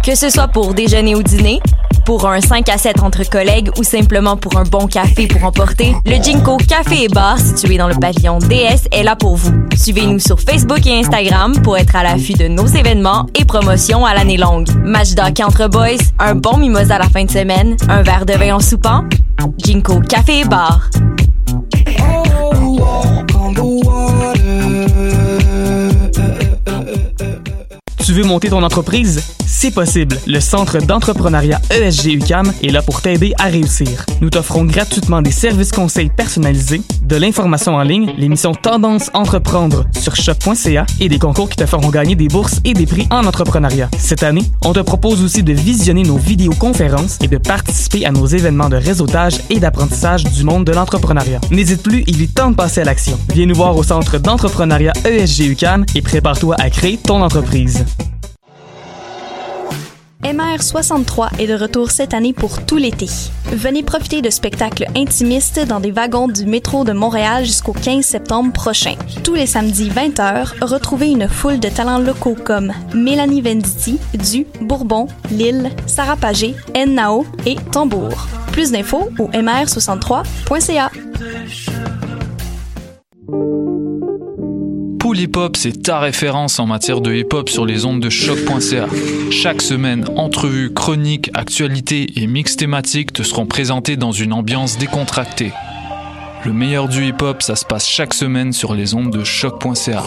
Que ce soit pour déjeuner ou dîner, pour un 5 à 7 entre collègues ou simplement pour un bon café pour emporter, le Ginko Café et Bar situé dans le pavillon DS est là pour vous. Suivez-nous sur Facebook et Instagram pour être à l'affût de nos événements et promotions à l'année longue. Match d'hockey entre boys, un bon mimosa à la fin de semaine, un verre de vin en soupant. Ginko Café et Bar. Tu veux monter ton entreprise? C'est possible. Le Centre d'entrepreneuriat ESG UQAM est là pour t'aider à réussir. Nous t'offrons gratuitement des services conseils personnalisés, de l'information en ligne, l'émission Tendance Entreprendre sur choc.ca et des concours qui te feront gagner des bourses et des prix en entrepreneuriat. Cette année, on te propose aussi de visionner nos vidéoconférences et de participer à nos événements de réseautage et d'apprentissage du monde de l'entrepreneuriat. N'hésite plus, il est temps de passer à l'action. Viens nous voir au Centre d'entrepreneuriat ESG UQAM et prépare-toi à créer ton entreprise. MR63 est de retour cette année pour tout l'été. Venez profiter de spectacles intimistes dans des wagons du métro de Montréal jusqu'au 15 septembre prochain. Tous les samedis 20h, retrouvez une foule de talents locaux comme Mélanie Venditti, Du, Bourbon, Lille, Sarah Pagé, Nao et Tambour. Plus d'infos au mr63.ca. Pool Hip Hop, c'est ta référence en matière de hip-hop sur les ondes de choc.ca. Chaque semaine, entrevues, chroniques, actualités et mix thématiques te seront présentés dans une ambiance décontractée. Le meilleur du hip-hop, ça se passe chaque semaine sur les ondes de choc.ca.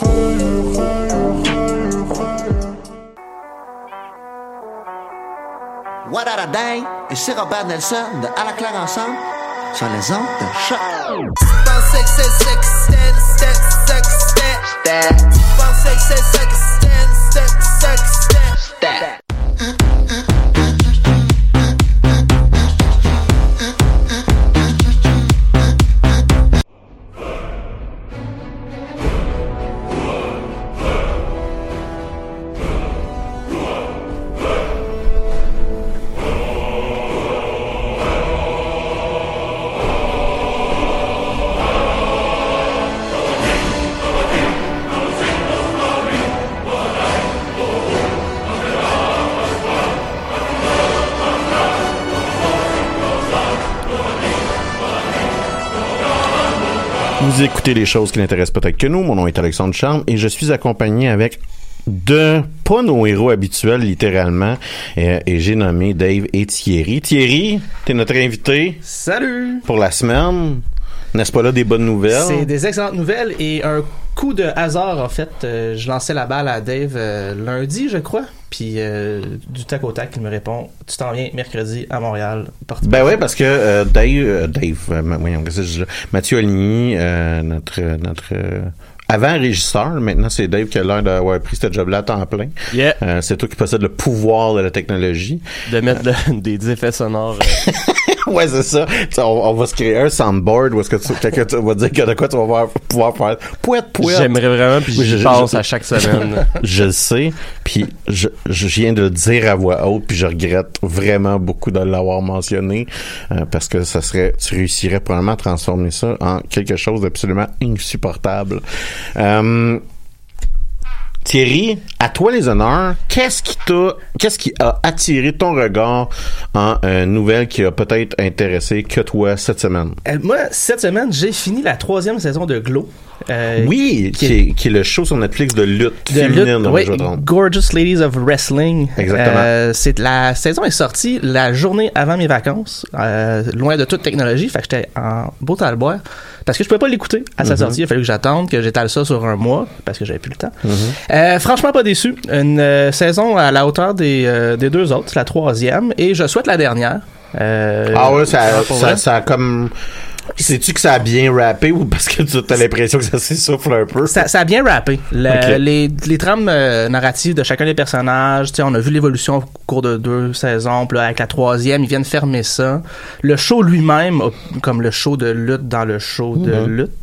What a day! Ici Robert Nelson de À la claire ensemble sur les ondes de Choc. Vous écoutez les choses qui n'intéressent peut-être que nous. Mon nom est Alexandre Charme et je suis accompagné avec pas nos héros habituels, littéralement. Et j'ai nommé Dave et Thierry. Thierry, t'es notre invité. Salut! Pour la semaine. N'est-ce pas là des bonnes nouvelles? C'est des excellentes nouvelles et un coup de hasard, en fait. Je lançais la balle à Dave lundi, je crois. Puis du tac au tac, il me répond « Tu t'en viens mercredi à Montréal. » Ben oui, parce que Mathieu Aligny, notre avant régisseur, maintenant c'est Dave qui a l'air d'avoir pris ce job-là à temps plein. Yeah. C'est toi qui possède le pouvoir de la technologie. De mettre des effets sonores. Ouais, c'est ça. On va se créer un soundboard où est-ce que quelqu'un va dire que de quoi tu vas pouvoir faire pouet. J'aimerais vraiment, puis je pense à chaque semaine. Je le sais, puis je viens de le dire à voix haute, puis je regrette vraiment beaucoup de l'avoir mentionné, parce que tu réussirais probablement à transformer ça en quelque chose d'absolument insupportable. Thierry, à toi les honneurs. Qu'est-ce qui a attiré ton regard en nouvelle qui a peut-être intéressé que toi cette semaine? Moi, cette semaine, j'ai fini la 3e saison de Glow. Oui, qui est le show sur Netflix de lutte féminine. Oui, Gorgeous Ladies of Wrestling. Exactement. La saison est sortie la journée avant mes vacances, loin de toute technologie, fait que j'étais en beau temps à le boire, parce que je pouvais pas l'écouter à sa sortie. Il a fallu que j'attende, que j'étale ça sur un mois, parce que j'avais plus le temps. Franchement, pas déçu. Une saison à la hauteur des deux autres, c'est la 3e, et je souhaite la dernière. Ça a comme... Sais-tu que ça a bien rappé ou parce que tu as l'impression que ça s'essouffle un peu? Ça a bien rappé. Les trames narratives de chacun des personnages, on a vu l'évolution au cours de 2 saisons, puis là, avec la 3e, ils viennent fermer ça. Le show lui-même, comme le show de lutte dans le show de lutte,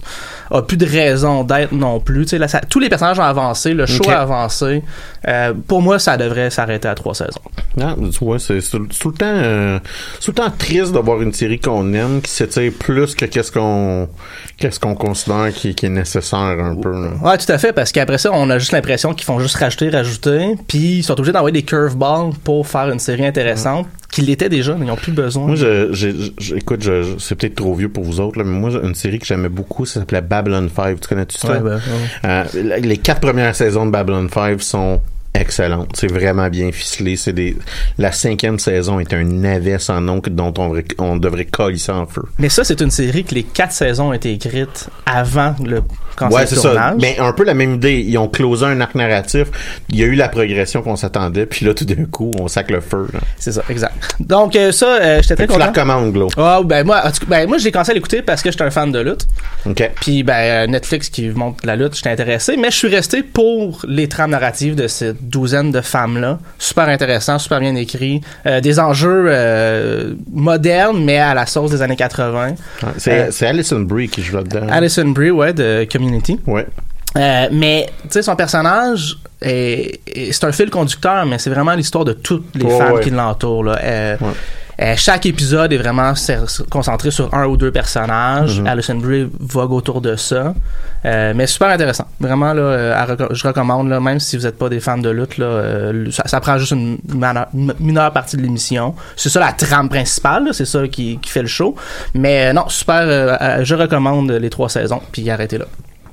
a plus de raison d'être non plus. Tu sais, tous les personnages ont avancé, le show a avancé. Pour moi, ça devrait s'arrêter à 3 saisons. Ah, tu vois, c'est tout le temps triste d'avoir une série qu'on aime qui s'étire plus que qu'est-ce qu'on considère qui est nécessaire un peu. Là. Ouais, tout à fait, parce qu'après ça, on a juste l'impression qu'ils font juste rajouter, puis ils sont obligés d'envoyer des curveballs pour faire une série intéressante. Qu'ils l'étaient déjà, mais ils n'ont plus besoin. Moi, écoute, c'est peut-être trop vieux pour vous autres, là, mais moi, une série que j'aimais beaucoup, ça s'appelait Babylon 5. Tu connais-tu ça? Ouais. Les 4 premières saisons de Babylon 5 sont excellente. C'est vraiment bien ficelé. La 5e saison est un navet sans nom dont on devrait colisser en feu. Mais ça, c'est une série que les 4 saisons ont été écrites avant le ouais, c'est ça. Mais un peu la même idée. Ils ont closé un arc narratif. Il y a eu la progression qu'on s'attendait. Puis là, tout d'un coup, on sac le feu. Là. C'est ça, exact. Donc, ça, j'étais très content. Tu la recommandes, Glo? Ah, moi, j'ai commencé à l'écouter parce que j'étais un fan de lutte. OK. Puis, Netflix qui montre la lutte, j'étais intéressé. Mais je suis resté pour les trames narratives de cette douzaine de femmes-là. Super intéressant, super bien écrit. Des enjeux modernes, mais à la sauce des années 80. C'est Alison Brie qui joue là-dedans. Alison Brie, ouais, de Community. Ouais. Mais, tu sais, son personnage, c'est un fil conducteur, mais c'est vraiment l'histoire de toutes les femmes qui l'entourent, là. Chaque épisode est vraiment concentré sur un ou deux personnages. Alison Brie vogue autour de ça. Mais super intéressant. Vraiment, là, je recommande, là, même si vous n'êtes pas des fans de lutte, là, ça prend juste une mineure partie de l'émission. C'est ça la trame principale, là, c'est ça qui fait le show. Mais non, super, je recommande les 3 saisons, puis arrêtez là.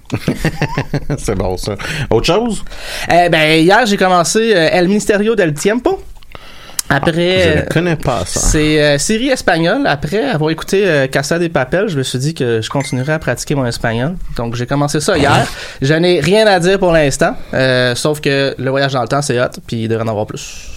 C'est bon, ça. Autre chose? Hier, j'ai commencé El Ministerio del Tiempo. Après, je ne connais pas ça. C'est série espagnole. Après avoir écouté Casa de Papel, je me suis dit que je continuerais à pratiquer mon espagnol. Donc, j'ai commencé ça hier. Je n'ai rien à dire pour l'instant, sauf que le voyage dans le temps, c'est hot, puis il devrait en avoir plus.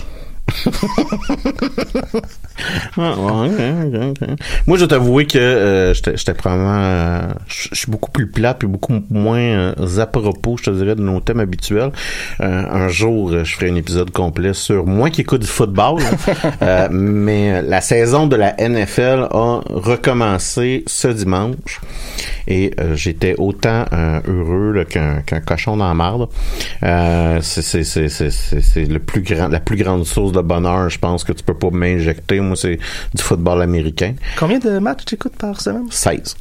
Okay. Moi, je vais t'avouer que j'étais probablement... je suis beaucoup plus plat puis beaucoup moins à propos, je te dirais, de nos thèmes habituels. Un jour, je ferai un épisode complet sur moi qui écoute du football. Mais la saison de la NFL a recommencé ce dimanche. Et j'étais autant heureux là, qu'un cochon dans la marde. C'est la plus grande source de bonheur, je pense, que tu peux pas m'injecter. Moi, c'est du football américain. Combien de matchs tu écoutes par semaine? 16.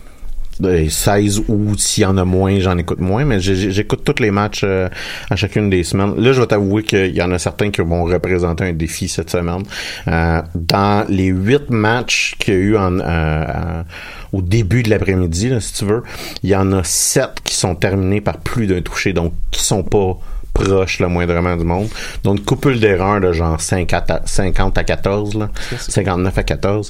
16 ou s'il y en a moins, j'en écoute moins, mais j'écoute tous les matchs à chacune des semaines. Là, je vais t'avouer qu'il y en a certains qui vont représenter un défi cette semaine. Dans les 8 matchs qu'il y a eu au début de l'après-midi, là, si tu veux, il y en a 7 qui sont terminés par plus d'un touché, donc qui sont pas proche le moindrement du monde. Donc, couple d'erreurs de genre 50 à 14, là. 59 à 14.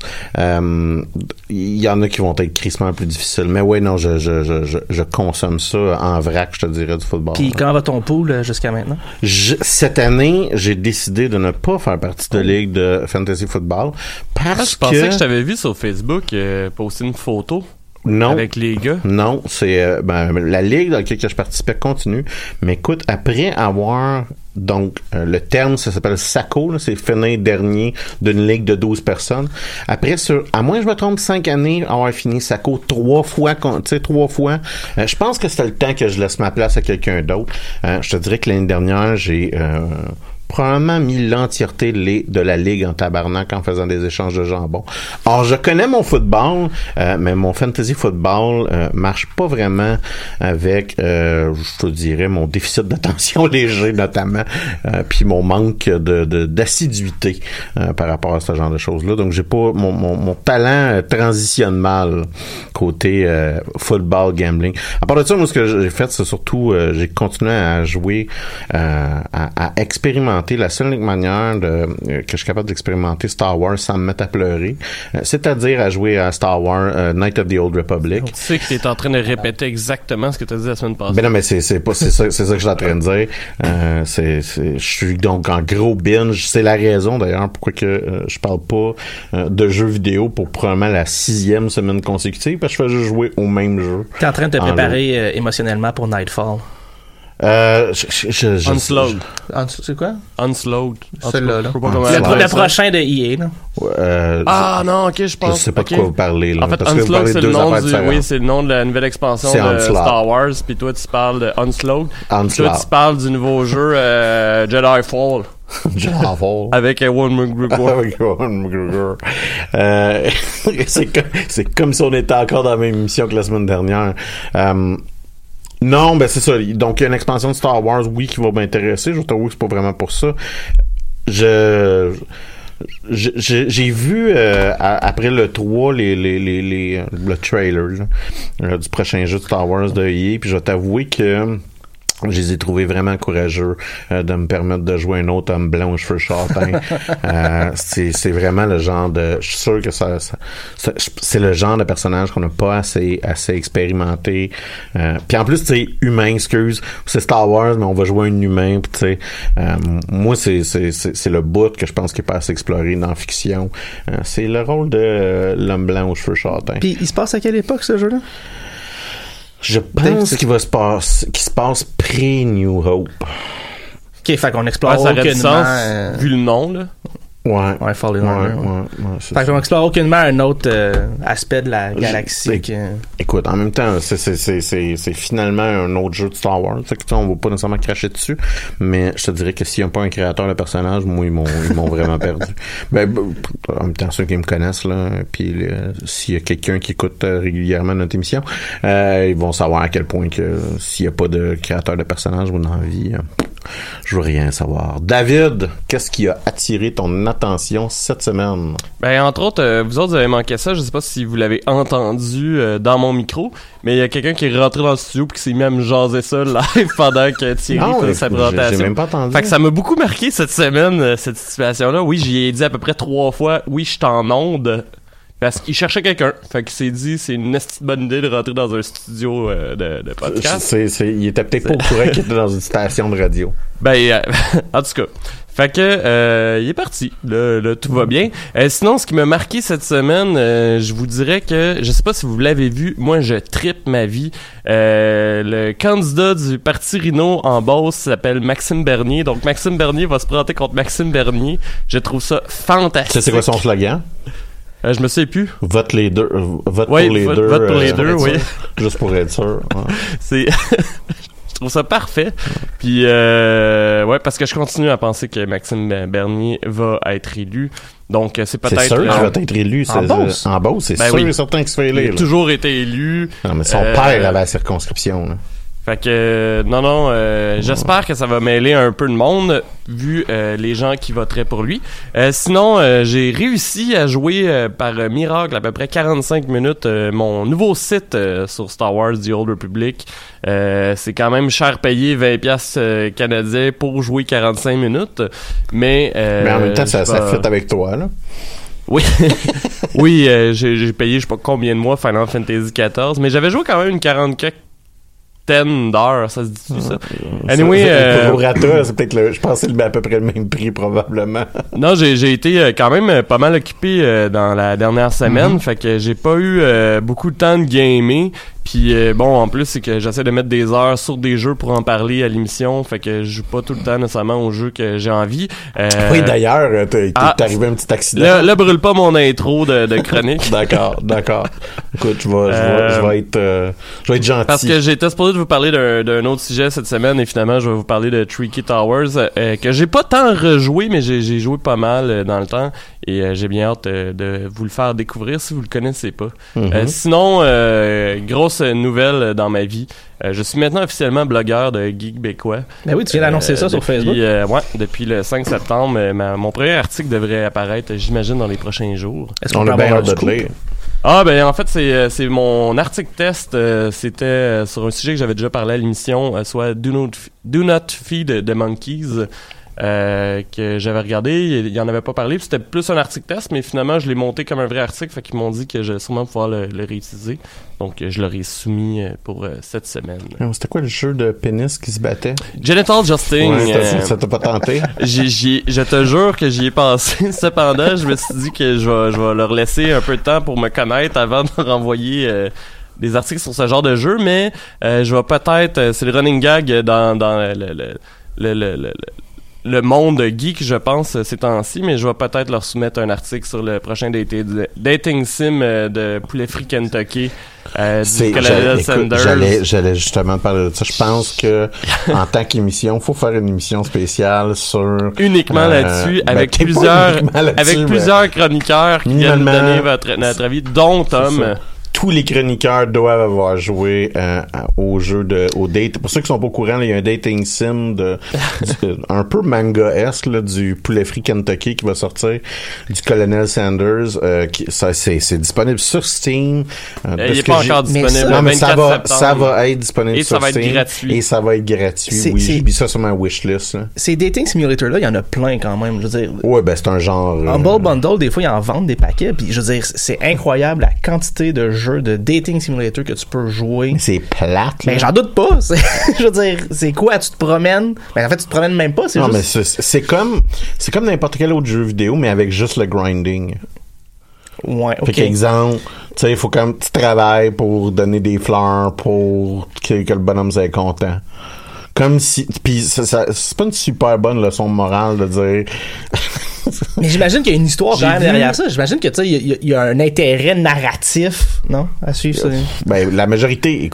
Il y en a qui vont être crissement plus difficiles. Mais ouais, non, je consomme ça en vrac, je te dirais, du football. Puis, comment va ton pool jusqu'à maintenant? Cette année, j'ai décidé de ne pas faire partie de ligue de fantasy football parce je pensais que je t'avais vu sur Facebook poster une photo. Non. Avec les gars? Non, c'est la ligue dans laquelle je participais continue. Mais écoute, après avoir donc le terme, ça s'appelle SACO, là, c'est finir dernier d'une ligue de 12 personnes. Après, à moins que je me trompe, 5 années, avoir fini SACO 3 fois, je pense que c'était le temps que je laisse ma place à quelqu'un d'autre. Je te dirais que l'année dernière, j'ai probablement mis l'entièreté de la ligue en tabarnak en faisant des échanges de jambon. Or, je connais mon football, mais mon fantasy football marche pas vraiment avec, je te dirais, mon déficit d'attention léger notamment, puis mon manque d'assiduité par rapport à ce genre de choses-là. Donc, j'ai pas mon talent transitionne mal côté football gambling. À part de ça, moi, ce que j'ai fait, c'est surtout j'ai continué à jouer, à expérimenter. La seule manière que je suis capable d'expérimenter Star Wars sans me mettre à pleurer, c'est-à-dire à jouer à Star Wars Knight of the Old Republic. Tu sais que tu es en train de répéter exactement ce que tu as dit la semaine passée. Ben non, mais c'est ça que je suis en train de dire. Je suis donc en gros binge. C'est la raison d'ailleurs pourquoi que je parle pas de jeux vidéo pour probablement la 6e semaine consécutive, parce que je fais juste jouer au même jeu. T'es en train de te préparer émotionnellement pour Nightfall. Unslowed. C'est quoi? Unslowed. Celui-là, là. Unslowed. Le prochain de EA, là. Non, ok, je pense. Je sais pas de quoi vous parlez, là. En fait, parce que vous Unslowed, parlez c'est de le deux nom affaires différentes. c'est le nom de la nouvelle expansion C'est de Onslaught. Star Wars, puis toi, tu parles de Unslowed. Onslaught. Toi, tu parles du nouveau jeu Jedi Fall. Jedi Fall. Avec Ewan McGregor. Avec Ewan McGregor. C'est comme si on était encore dans la même émission que la semaine dernière. Non, ben c'est ça. Donc, il y a une expansion de Star Wars, oui, qui va m'intéresser. Je t'avoue que c'est pas vraiment pour ça. J'ai vu après le 3 le trailer du prochain jeu de Star Wars de EA, puis je vais t'avouer que je les ai trouvés vraiment courageux de me permettre de jouer un autre homme blanc aux cheveux châtains. C'est vraiment le genre de... Je suis sûr que c'est le genre de personnage qu'on n'a pas assez expérimenté. Puis en plus, tu sais, humain, excuse, c'est Star Wars, mais on va jouer un humain. Tu sais, moi, c'est le bout que je pense qu'il n'est pas assez exploré dans la fiction. C'est le rôle de l'homme blanc aux cheveux châtains. Puis il se passe à quelle époque, ce jeu-là? Je pense qu'il se passe pré-New Hope. Ok, fait qu'on explore ça aurait du aucunement... sens, vu le nom, là. Ouais, Fallen Order. Ouais, fait qu'on explore aucunement un autre aspect de la galaxie. Écoute, en même temps, c'est finalement un autre jeu de Star Wars. Fait que, on va pas nécessairement cracher dessus, mais je te dirais que s'il n'y a pas un créateur de personnage, moi, ils m'ont vraiment perdu. Ben, en même temps, ceux qui me connaissent, là, puis s'il y a quelqu'un qui écoute régulièrement notre émission, ils vont savoir à quel point que s'il n'y a pas de créateur de personnage ou dans la vie, je veux rien savoir. David, qu'est-ce qui a attiré ton attention cette semaine? Ben, entre autres, vous autres, vous avez manqué ça. Je sais pas si vous l'avez entendu dans mon micro, mais il y a quelqu'un qui est rentré dans le studio puis qui s'est mis à me jaser ça live pendant que Thierry faisait sa présentation. J'ai même pas entendu. Fait que ça m'a beaucoup marqué cette semaine, cette situation-là. Oui, j'y ai dit à peu près 3 fois, oui, je suis en onde. Parce qu'il cherchait quelqu'un. Fait qu'il s'est dit, c'est une bonne idée de rentrer dans un studio de podcast. Il était peut-être pas au courant qu'il était dans une station de radio. Ben, en tout cas. Fait que, il est parti. Là, tout va bien. Sinon, ce qui m'a marqué cette semaine, je vous dirais que, je sais pas si vous l'avez vu, moi, je trippe ma vie. Le candidat du Parti Rhino en Beauce s'appelle Maxime Bernier. Donc, Maxime Bernier va se présenter contre Maxime Bernier. Je trouve ça fantastique. C'est quoi son slogan? Je me sais plus. Vote les deux. Vote pour les deux. Vote pour les deux, oui. Juste pour être sûr. Ouais. C'est... Je trouve ça parfait. Puis, ouais, parce que je continue à penser que Maxime Bernier va être élu. Donc, c'est peut-être... C'est sûr qu'il va être élu. En Beauce? En Beauce, c'est sûr et certain qu'il se fait élire. Il a toujours été élu. Non, mais son père avait la circonscription, là. Fait que, j'espère que ça va mêler un peu de monde, vu les gens qui voteraient pour lui. Sinon, j'ai réussi à jouer par miracle à peu près 45 minutes mon nouveau site sur Star Wars The Old Republic. C'est quand même cher payé, 20$ canadiens pour jouer 45 minutes. Mais en même temps, ça fit avec toi, là. Oui, oui, j'ai payé je sais pas combien de mois Final Fantasy XIV, mais j'avais joué quand même une 40 d'heures, ça se dit ça. Anyway, pour Rata, c'est peut-être je pensais à peu près le même prix probablement. Non, j'ai été quand même pas mal occupé dans la dernière semaine, fait que j'ai pas eu beaucoup de temps de gamer. Puis bon, en plus, c'est que j'essaie de mettre des heures sur des jeux pour en parler à l'émission, fait que je joue pas tout le temps nécessairement aux jeux que j'ai envie. Oui, d'ailleurs, t'es arrivé un petit accident. Là, brûle pas mon intro de chronique. D'accord. Écoute, je vais être gentil. Parce que j'étais supposé de vous parler d'un autre sujet cette semaine, et finalement, je vais vous parler de Tricky Towers, que j'ai pas tant rejoué, mais j'ai joué pas mal dans le temps, et j'ai bien hâte de vous le faire découvrir si vous le connaissez pas. Sinon, grosse nouvelle dans ma vie. Je suis maintenant officiellement blogueur de Geek Québécois. Ben oui, tu viens d'annoncer ça sur Facebook. Ouais, depuis le 5 septembre. Mon premier article devrait apparaître, j'imagine, dans les prochains jours. Est-ce qu'on a bien hâte de te lire? Ah, ben en fait, c'est mon article test. C'était sur un sujet que j'avais déjà parlé à l'émission, soit Do Not Feed the Monkeys. Que j'avais regardé, il y en avait pas parlé, puis c'était plus un article test, mais finalement je l'ai monté comme un vrai article, fait qu'ils m'ont dit que j'allais sûrement pouvoir le réutiliser, donc je l'aurais soumis pour cette semaine. C'était quoi le jeu de pénis qui se battait? Genital Justing. Ouais, ça t'a pas tenté? Je te jure que j'y ai pensé, cependant je me suis dit que je vais leur laisser un peu de temps pour me connaître avant de renvoyer des articles sur ce genre de jeu, mais je vais peut-être, c'est le running gag dans le monde geek, je pense, ces temps-ci, mais je vais peut-être leur soumettre un article sur le prochain dating sim de Poulet Free Kentucky du Colonel Sanders. J'allais justement parler de ça. Je pense que en tant qu'émission, faut faire une émission spéciale sur uniquement là-dessus, avec plusieurs chroniqueurs qui viennent nous donner notre avis, dont Tom. Tous les chroniqueurs doivent avoir joué au jeu au date. Pour ceux qui sont pas au courant, il y a un dating sim un peu manga-esque du Poulet Free Kentucky qui va sortir du Colonel Sanders. C'est disponible sur Steam. Il n'est pas encore disponible. Non, mais ça va être disponible sur Steam. Et ça va être gratuit. Et ça va être gratuit. Puis ça sur ma wishlist. Ces dating simulators-là, il y en a plein quand même. Je veux dire. Ouais, ben c'est un genre. Humble Bundle, des fois, ils en vendent des paquets. Puis je veux dire, c'est incroyable la quantité de jeux de dating simulator que tu peux jouer. C'est plate. Mais j'en doute pas. Je veux dire, c'est quoi? Tu te promènes? Ben, en fait, tu te promènes même pas. Non, mais c'est comme n'importe quel autre jeu vidéo, mais avec juste le grinding. Ouais, ok. Fait qu'exemple, tu sais, il faut comme tu travailles pour donner des fleurs pour que le bonhomme soit content. Comme si... Puis c'est pas une super bonne leçon morale de dire... Mais j'imagine qu'il y a une histoire quand même derrière ça. J'imagine que, tu sais, il y a un intérêt narratif, non? À suivre ça. Ben, la majorité,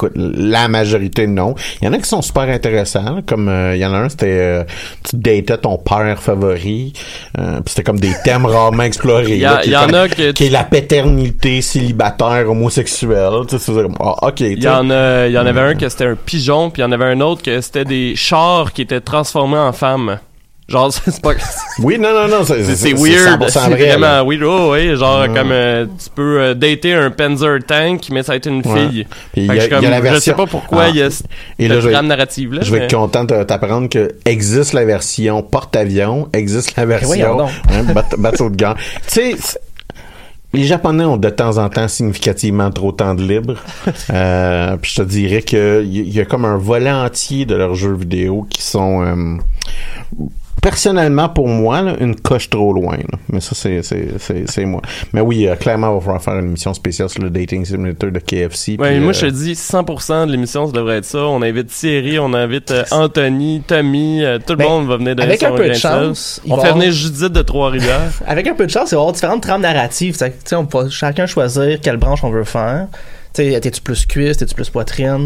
non. Il y en a qui sont super intéressants, là, comme, il y en a un, c'était, tu datais ton père favori, pis c'était comme des thèmes rarement explorés. Il y en a qui est la paternité célibataire homosexuelle, tu sais, c'est comme, ok. Il y en avait un que c'était un pigeon, puis il y en avait un autre que c'était des chars qui étaient transformés en femmes. Genre, c'est pas... Oui, non, c'est weird. C'est vraiment weird. Oh, oui, genre, comme, tu peux dater un Panzer Tank, mais ça va être une fille. Puis y a la version... Je sais pas pourquoi il y a cette grande narrative-là. Je vais être content de t'apprendre que existe la version porte-avions, existe la version bateau de guerre. Tu sais... Les Japonais ont de temps en temps significativement trop de temps de libre. Puis je te dirais que il y a comme un volet entier de leurs jeux vidéo qui sont personnellement pour moi là, une coche trop loin. Là. Mais ça c'est moi. Mais oui, clairement, il va falloir faire une émission spéciale sur le dating simulator de KFC. Ouais, puis, moi je te dis 100% de l'émission ça devrait être ça. On invite Thierry, on invite Anthony, Tommy, tout le monde va venir donner avec son un peu de chance. On fait venir Judith de Trois-Rivières. Avec un peu de chance, il va y avoir différentes trames narratives. Tu sais, on peut chacun choisir quelle branche on veut faire. Tu sais, t'es-tu plus cuisse, t'es-tu plus poitrine?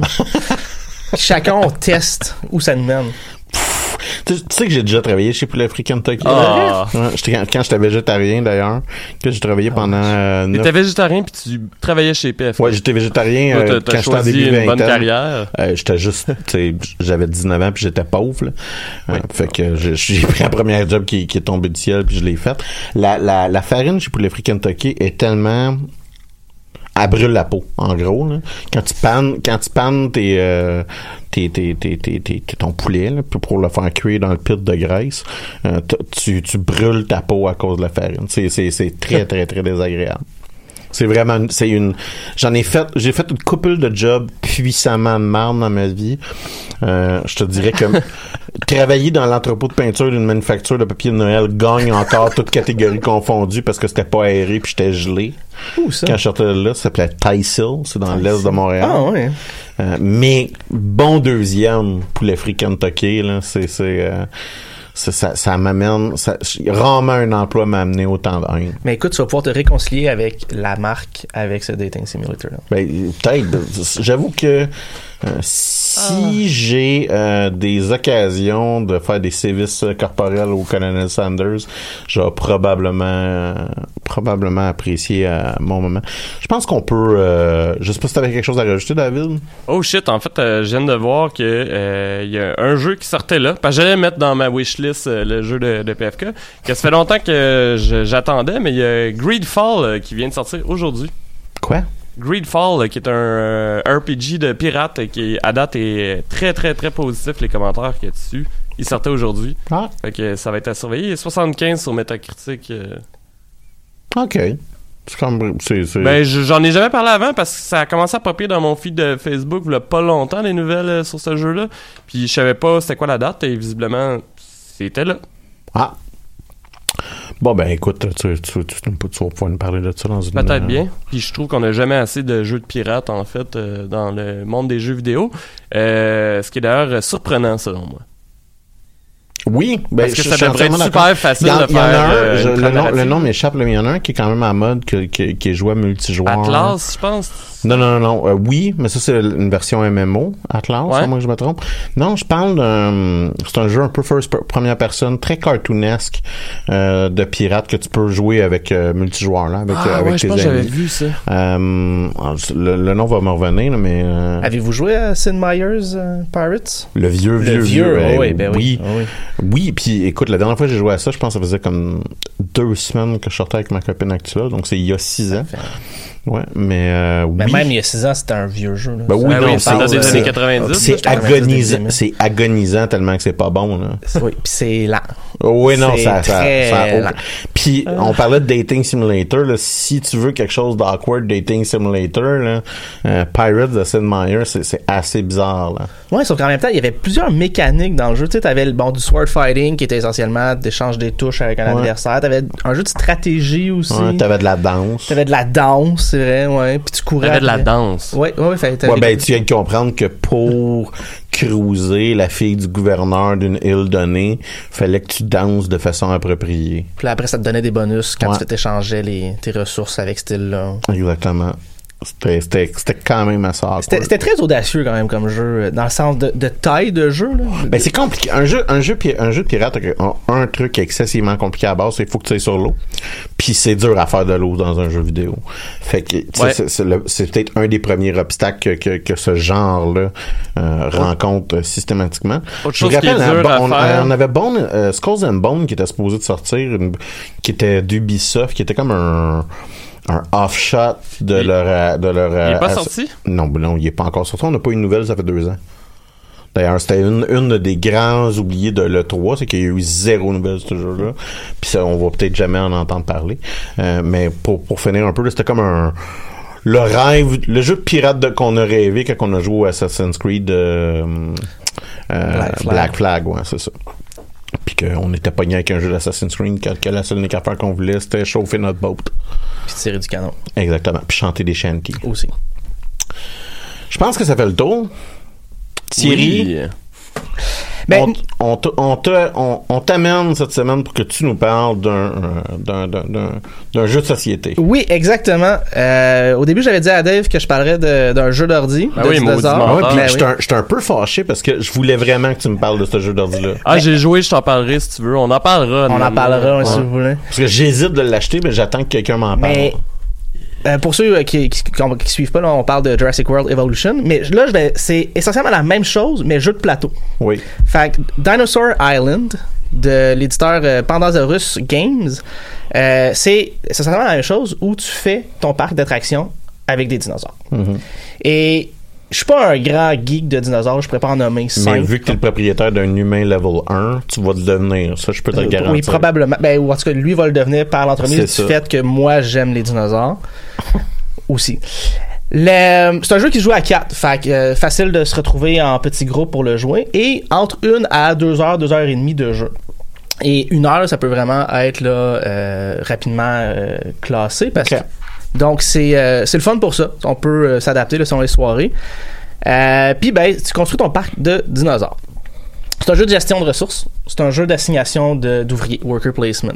Chacun on teste où ça nous mène. Tu sais que j'ai déjà travaillé chez Poulet Free Kentucky. Ah. Quand j'étais végétarien d'ailleurs, que j'ai travaillé pendant... T'étais végétarien puis tu travaillais chez PF. Ouais, j'étais végétarien quand j'étais en début de une bonne carrière. J'étais juste, tu sais, j'avais 19 ans puis j'étais pauvre. Là. Fait que j'ai pris un premier job qui est tombé du ciel puis je l'ai fait. La farine chez Poulet Free Kentucky est tellement... Elle brûle la peau, en gros. Là. Quand tu pannes ton poulet là, pour le faire cuire dans le pit de graisse, tu brûles ta peau à cause de la farine. C'est très, très, très désagréable. C'est vraiment, j'ai fait une couple de jobs puissamment de marde dans ma vie. Je te dirais que travailler dans l'entrepôt de peinture d'une manufacture de papier de Noël gagne encore toutes catégories confondues parce que c'était pas aéré puis j'étais gelé. Où ça? Quand je sortais de là, ça s'appelait Tysil, c'est dans l'est de Montréal. Ah ouais. Mais bon deuxième Poulet Free Kentucky, là, ça m'amène, rarement un emploi m'a amené autant de haine. Mais écoute, tu vas pouvoir te réconcilier avec la marque, avec ce dating simulator-là. Ben, peut-être. J'avoue que si j'ai des occasions de faire des sévices corporels au Colonel Sanders, je vais probablement apprécier mon moment. Je pense qu'on peut... je sais pas si t'avais quelque chose à rajouter, David? Oh shit, en fait, je viens de voir que il y a un jeu qui sortait là. Parce que j'allais mettre dans ma wishlist le jeu de PFK. Que ça fait longtemps que j'attendais, mais il y a Greedfall qui vient de sortir aujourd'hui. Quoi? Greedfall, qui est un RPG de pirate qui, à date, est très, très, très positif, les commentaires qu'il y a dessus. Il sortait aujourd'hui. Ah. Fait que ça va être à surveiller. Il est 75 sur Metacritic. OK. C'est comme... Ben, j'en ai jamais parlé avant parce que ça a commencé à popper dans mon feed de Facebook il y a pas longtemps, les nouvelles sur ce jeu-là. Puis je savais pas c'était quoi la date et visiblement, c'était là. Ah. Bon, ben écoute, tu vas pouvoir nous parler de ça dans une... Peut-être bien. Puis je trouve qu'on n'a jamais assez de jeux de pirates, en fait, dans le monde des jeux vidéo. Ce qui est d'ailleurs surprenant, selon moi. Oui, ben, parce que ça devrait être super facile de faire. Le nom m'échappe, là, mais il y en a un qui est quand même à mode, qui est joué à multijoueur. Atlas, je pense. Non. Oui, mais ça, c'est une version MMO, Atlas, à moins que je me trompe. Non, je parle c'est un jeu un peu première personne, très cartoonesque, de pirates que tu peux jouer avec multijoueur, là, avec tes amis. J'avais vu ça. Le nom va me revenir, là, mais... Avez-vous joué à Sid Meier's Pirates? Le vieux. Oui. Oui, puis écoute, la dernière fois que j'ai joué à ça, je pense que ça faisait comme 2 semaines que je sortais avec ma copine actuelle, donc c'est il y a 6 ans. Ouais, mais oui. Même il y a 6 ans, c'était un vieux jeu. Là. Ben oui, non, c'est dans des années 90. C'est agonisant tellement que c'est pas bon, là. Oui, puis c'est lent. Oui, non, c'est ça lent. Puis on parlait de Dating Simulator, là, si tu veux quelque chose d'awkward Dating Simulator, là, Pirates de Sid Meier, c'est assez bizarre, là. Ouais, sauf qu'en même temps, il y avait plusieurs mécaniques dans le jeu. Tu sais, t'avais du sword fighting qui était essentiellement d'échange des touches avec un adversaire. T'avais un jeu de stratégie aussi. Ouais, t'avais de la danse. C'est vrai, ouais. Puis tu courais. T'avais de la danse. Ouais. Ben, tu viens de comprendre que pour cruiser la fille du gouverneur d'une île donnée, fallait que tu danses de façon appropriée. Puis après, ça te donnait des bonus quand tu t'échangeais tes ressources avec ce style-là. Exactement. C'était quand même assez hardcore. C'était très audacieux quand même comme jeu, dans le sens de taille de jeu. Là. Ben c'est compliqué. Un jeu de pirate a un truc excessivement compliqué à la base, c'est qu'il faut que tu ailles sur l'eau. Puis c'est dur à faire de l'eau dans un jeu vidéo. Fait que c'est peut-être un des premiers obstacles que ce genre-là rencontre systématiquement. Je me rappelle, on avait Skulls and Bones qui était supposé de sortir, qui était d'Ubisoft, qui était comme un offshot de leur il est pas sorti? Non, il est pas encore sorti. On n'a pas eu une nouvelle, ça fait 2 ans. D'ailleurs, c'était une des grands oubliés de l'E3, c'est qu'il y a eu 0 nouvelles de ce jeu-là. Puis ça, on va peut-être jamais en entendre parler. Mais pour finir un peu, là, c'était comme le rêve, le jeu de pirate qu'on a rêvé quand on a joué à Assassin's Creed Black Flag, ouais, c'est ça. Puis qu'on était pogné avec un jeu d'Assassin's Creed que la seule affaire qu'on voulait, c'était chauffer notre boat. Puis tirer du canon. Exactement. Puis chanter des shanties. Aussi. Je pense que ça fait le tour. Thierry, ben, on t'amène cette semaine pour que tu nous parles d'un jeu de société. Oui, exactement. Au début, j'avais dit à Dave que je parlerais d'un jeu d'ordi. J'étais un peu fâché parce que je voulais vraiment que tu me parles de ce jeu d'ordi-là. J'ai joué, je t'en parlerai si tu veux. On en parlera. Si vous voulez. Parce que j'hésite de l'acheter, mais j'attends que quelqu'un m'en parle. Pour ceux qui suivent pas, là, on parle de Jurassic World Evolution, mais là, c'est essentiellement la même chose, mais jeu de plateau. Oui. Fait que Dinosaur Island, de l'éditeur Pandasaurus Games, c'est essentiellement la même chose où tu fais ton parc d'attractions avec des dinosaures. Mm-hmm. Et je suis pas un grand geek de dinosaures, je pourrais pas en nommer 5. Mais vu que tu es le propriétaire d'un humain level 1, tu vas le devenir. Ça, je peux te le garantir. Oui, probablement. Ou en tout cas, lui va le devenir par l'entremise du fait que moi, j'aime les dinosaures. Aussi. C'est un jeu qui se joue à 4. Fait que facile de se retrouver en petit groupe pour le jouer. Et entre 1 à 2 heures, 2 heures et demie de jeu. Et 1 heure, ça peut vraiment être là, rapidement classé parce que donc, c'est le fun pour ça. On peut s'adapter là, selon les soirées. Puis, tu construis ton parc de dinosaures. C'est un jeu de gestion de ressources. C'est un jeu d'assignation d'ouvriers, worker placement.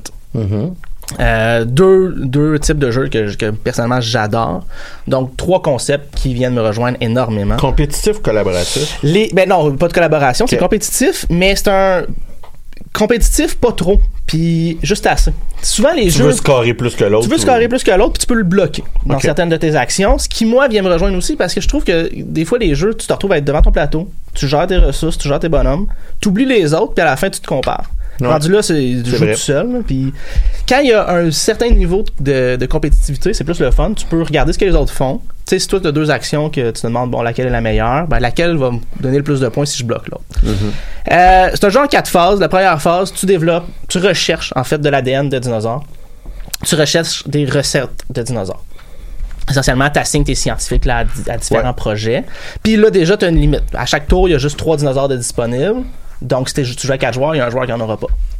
Mm-hmm. Deux types de jeux que personnellement j'adore. Donc, 3 concepts qui viennent me rejoindre énormément. Compétitif ou collaboratif? Non, pas de collaboration. Okay. C'est compétitif, mais c'est un compétitif pas trop, puis juste assez. Souvent les jeux... Tu veux scorer plus que l'autre. Tu veux scorer plus que l'autre, puis tu peux le bloquer dans certaines de tes actions, ce qui, moi, vient me rejoindre aussi, parce que je trouve que des fois, les jeux, tu te retrouves à être devant ton plateau, tu gères tes ressources, tu gères tes bonhommes, tu oublies les autres, puis à la fin, tu te compares. Ouais. Rendu là, c'est du jeu tout seul. Puis quand il y a un certain niveau de compétitivité, c'est plus le fun. Tu peux regarder ce que les autres font. Tu sais, si toi, tu as 2 actions que tu te demandes, laquelle est la meilleure, laquelle va me donner le plus de points si je bloque l'autre. Mm-hmm. C'est un jeu en 4 phases. La première phase, tu développes, tu recherches, en fait, de l'ADN de dinosaures. Tu recherches des recettes de dinosaures. Essentiellement, tu assignes tes scientifiques là, à différents projets. Puis là, déjà, tu as une limite. À chaque tour, il y a juste 3 dinosaures de disponibles. Donc, si tu joues à 4 joueurs, il y a un joueur qui n'en aura pas.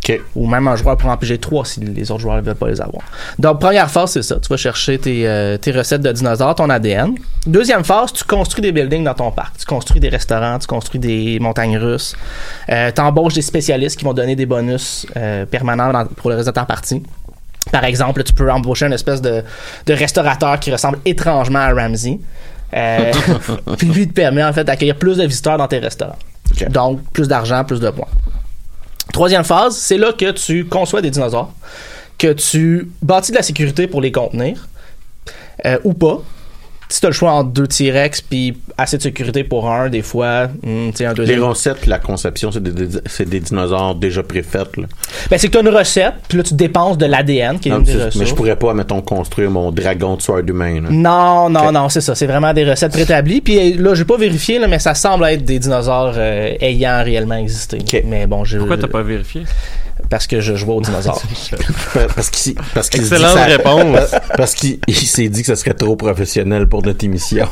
Okay. Ou même un joueur peut en piger 3 si les autres joueurs ne veulent pas les avoir. Donc, première phase, c'est ça. Tu vas chercher tes recettes de dinosaures, ton ADN. Deuxième phase, tu construis des buildings dans ton parc. Tu construis des restaurants, tu construis des montagnes russes. T'embauches des spécialistes qui vont donner des bonus permanents pour le reste de ta partie. Par exemple, tu peux embaucher une espèce de restaurateur qui ressemble étrangement à Ramsey. Puis lui te permet en fait d'accueillir plus de visiteurs dans tes restaurants. Okay. Donc, plus d'argent, plus de points. Troisième phase, c'est là que tu conçois des dinosaures, que tu bâtis de la sécurité pour les contenir, ou pas. Si tu as le choix entre 2 T-Rex puis assez de sécurité pour un, des fois, un deuxième. Les recettes puis la conception, c'est des dinosaures déjà préfaites, là. Ben, c'est que tu as une recette, puis là, tu dépenses de l'ADN, qui est une des ressources. Mais je pourrais pas, mettons, construire mon dragon tueur d'humains, là. Non, c'est ça. C'est vraiment des recettes préétablies. Puis là, j'ai pas vérifié, là, mais ça semble être des dinosaures ayant réellement existé. Okay. Mais bon, Pourquoi t'as pas vérifié? Parce que je jouais aux dinosaures. parce qu'il excellente réponse. Parce qu'il s'est dit que ce serait trop professionnel pour notre émission.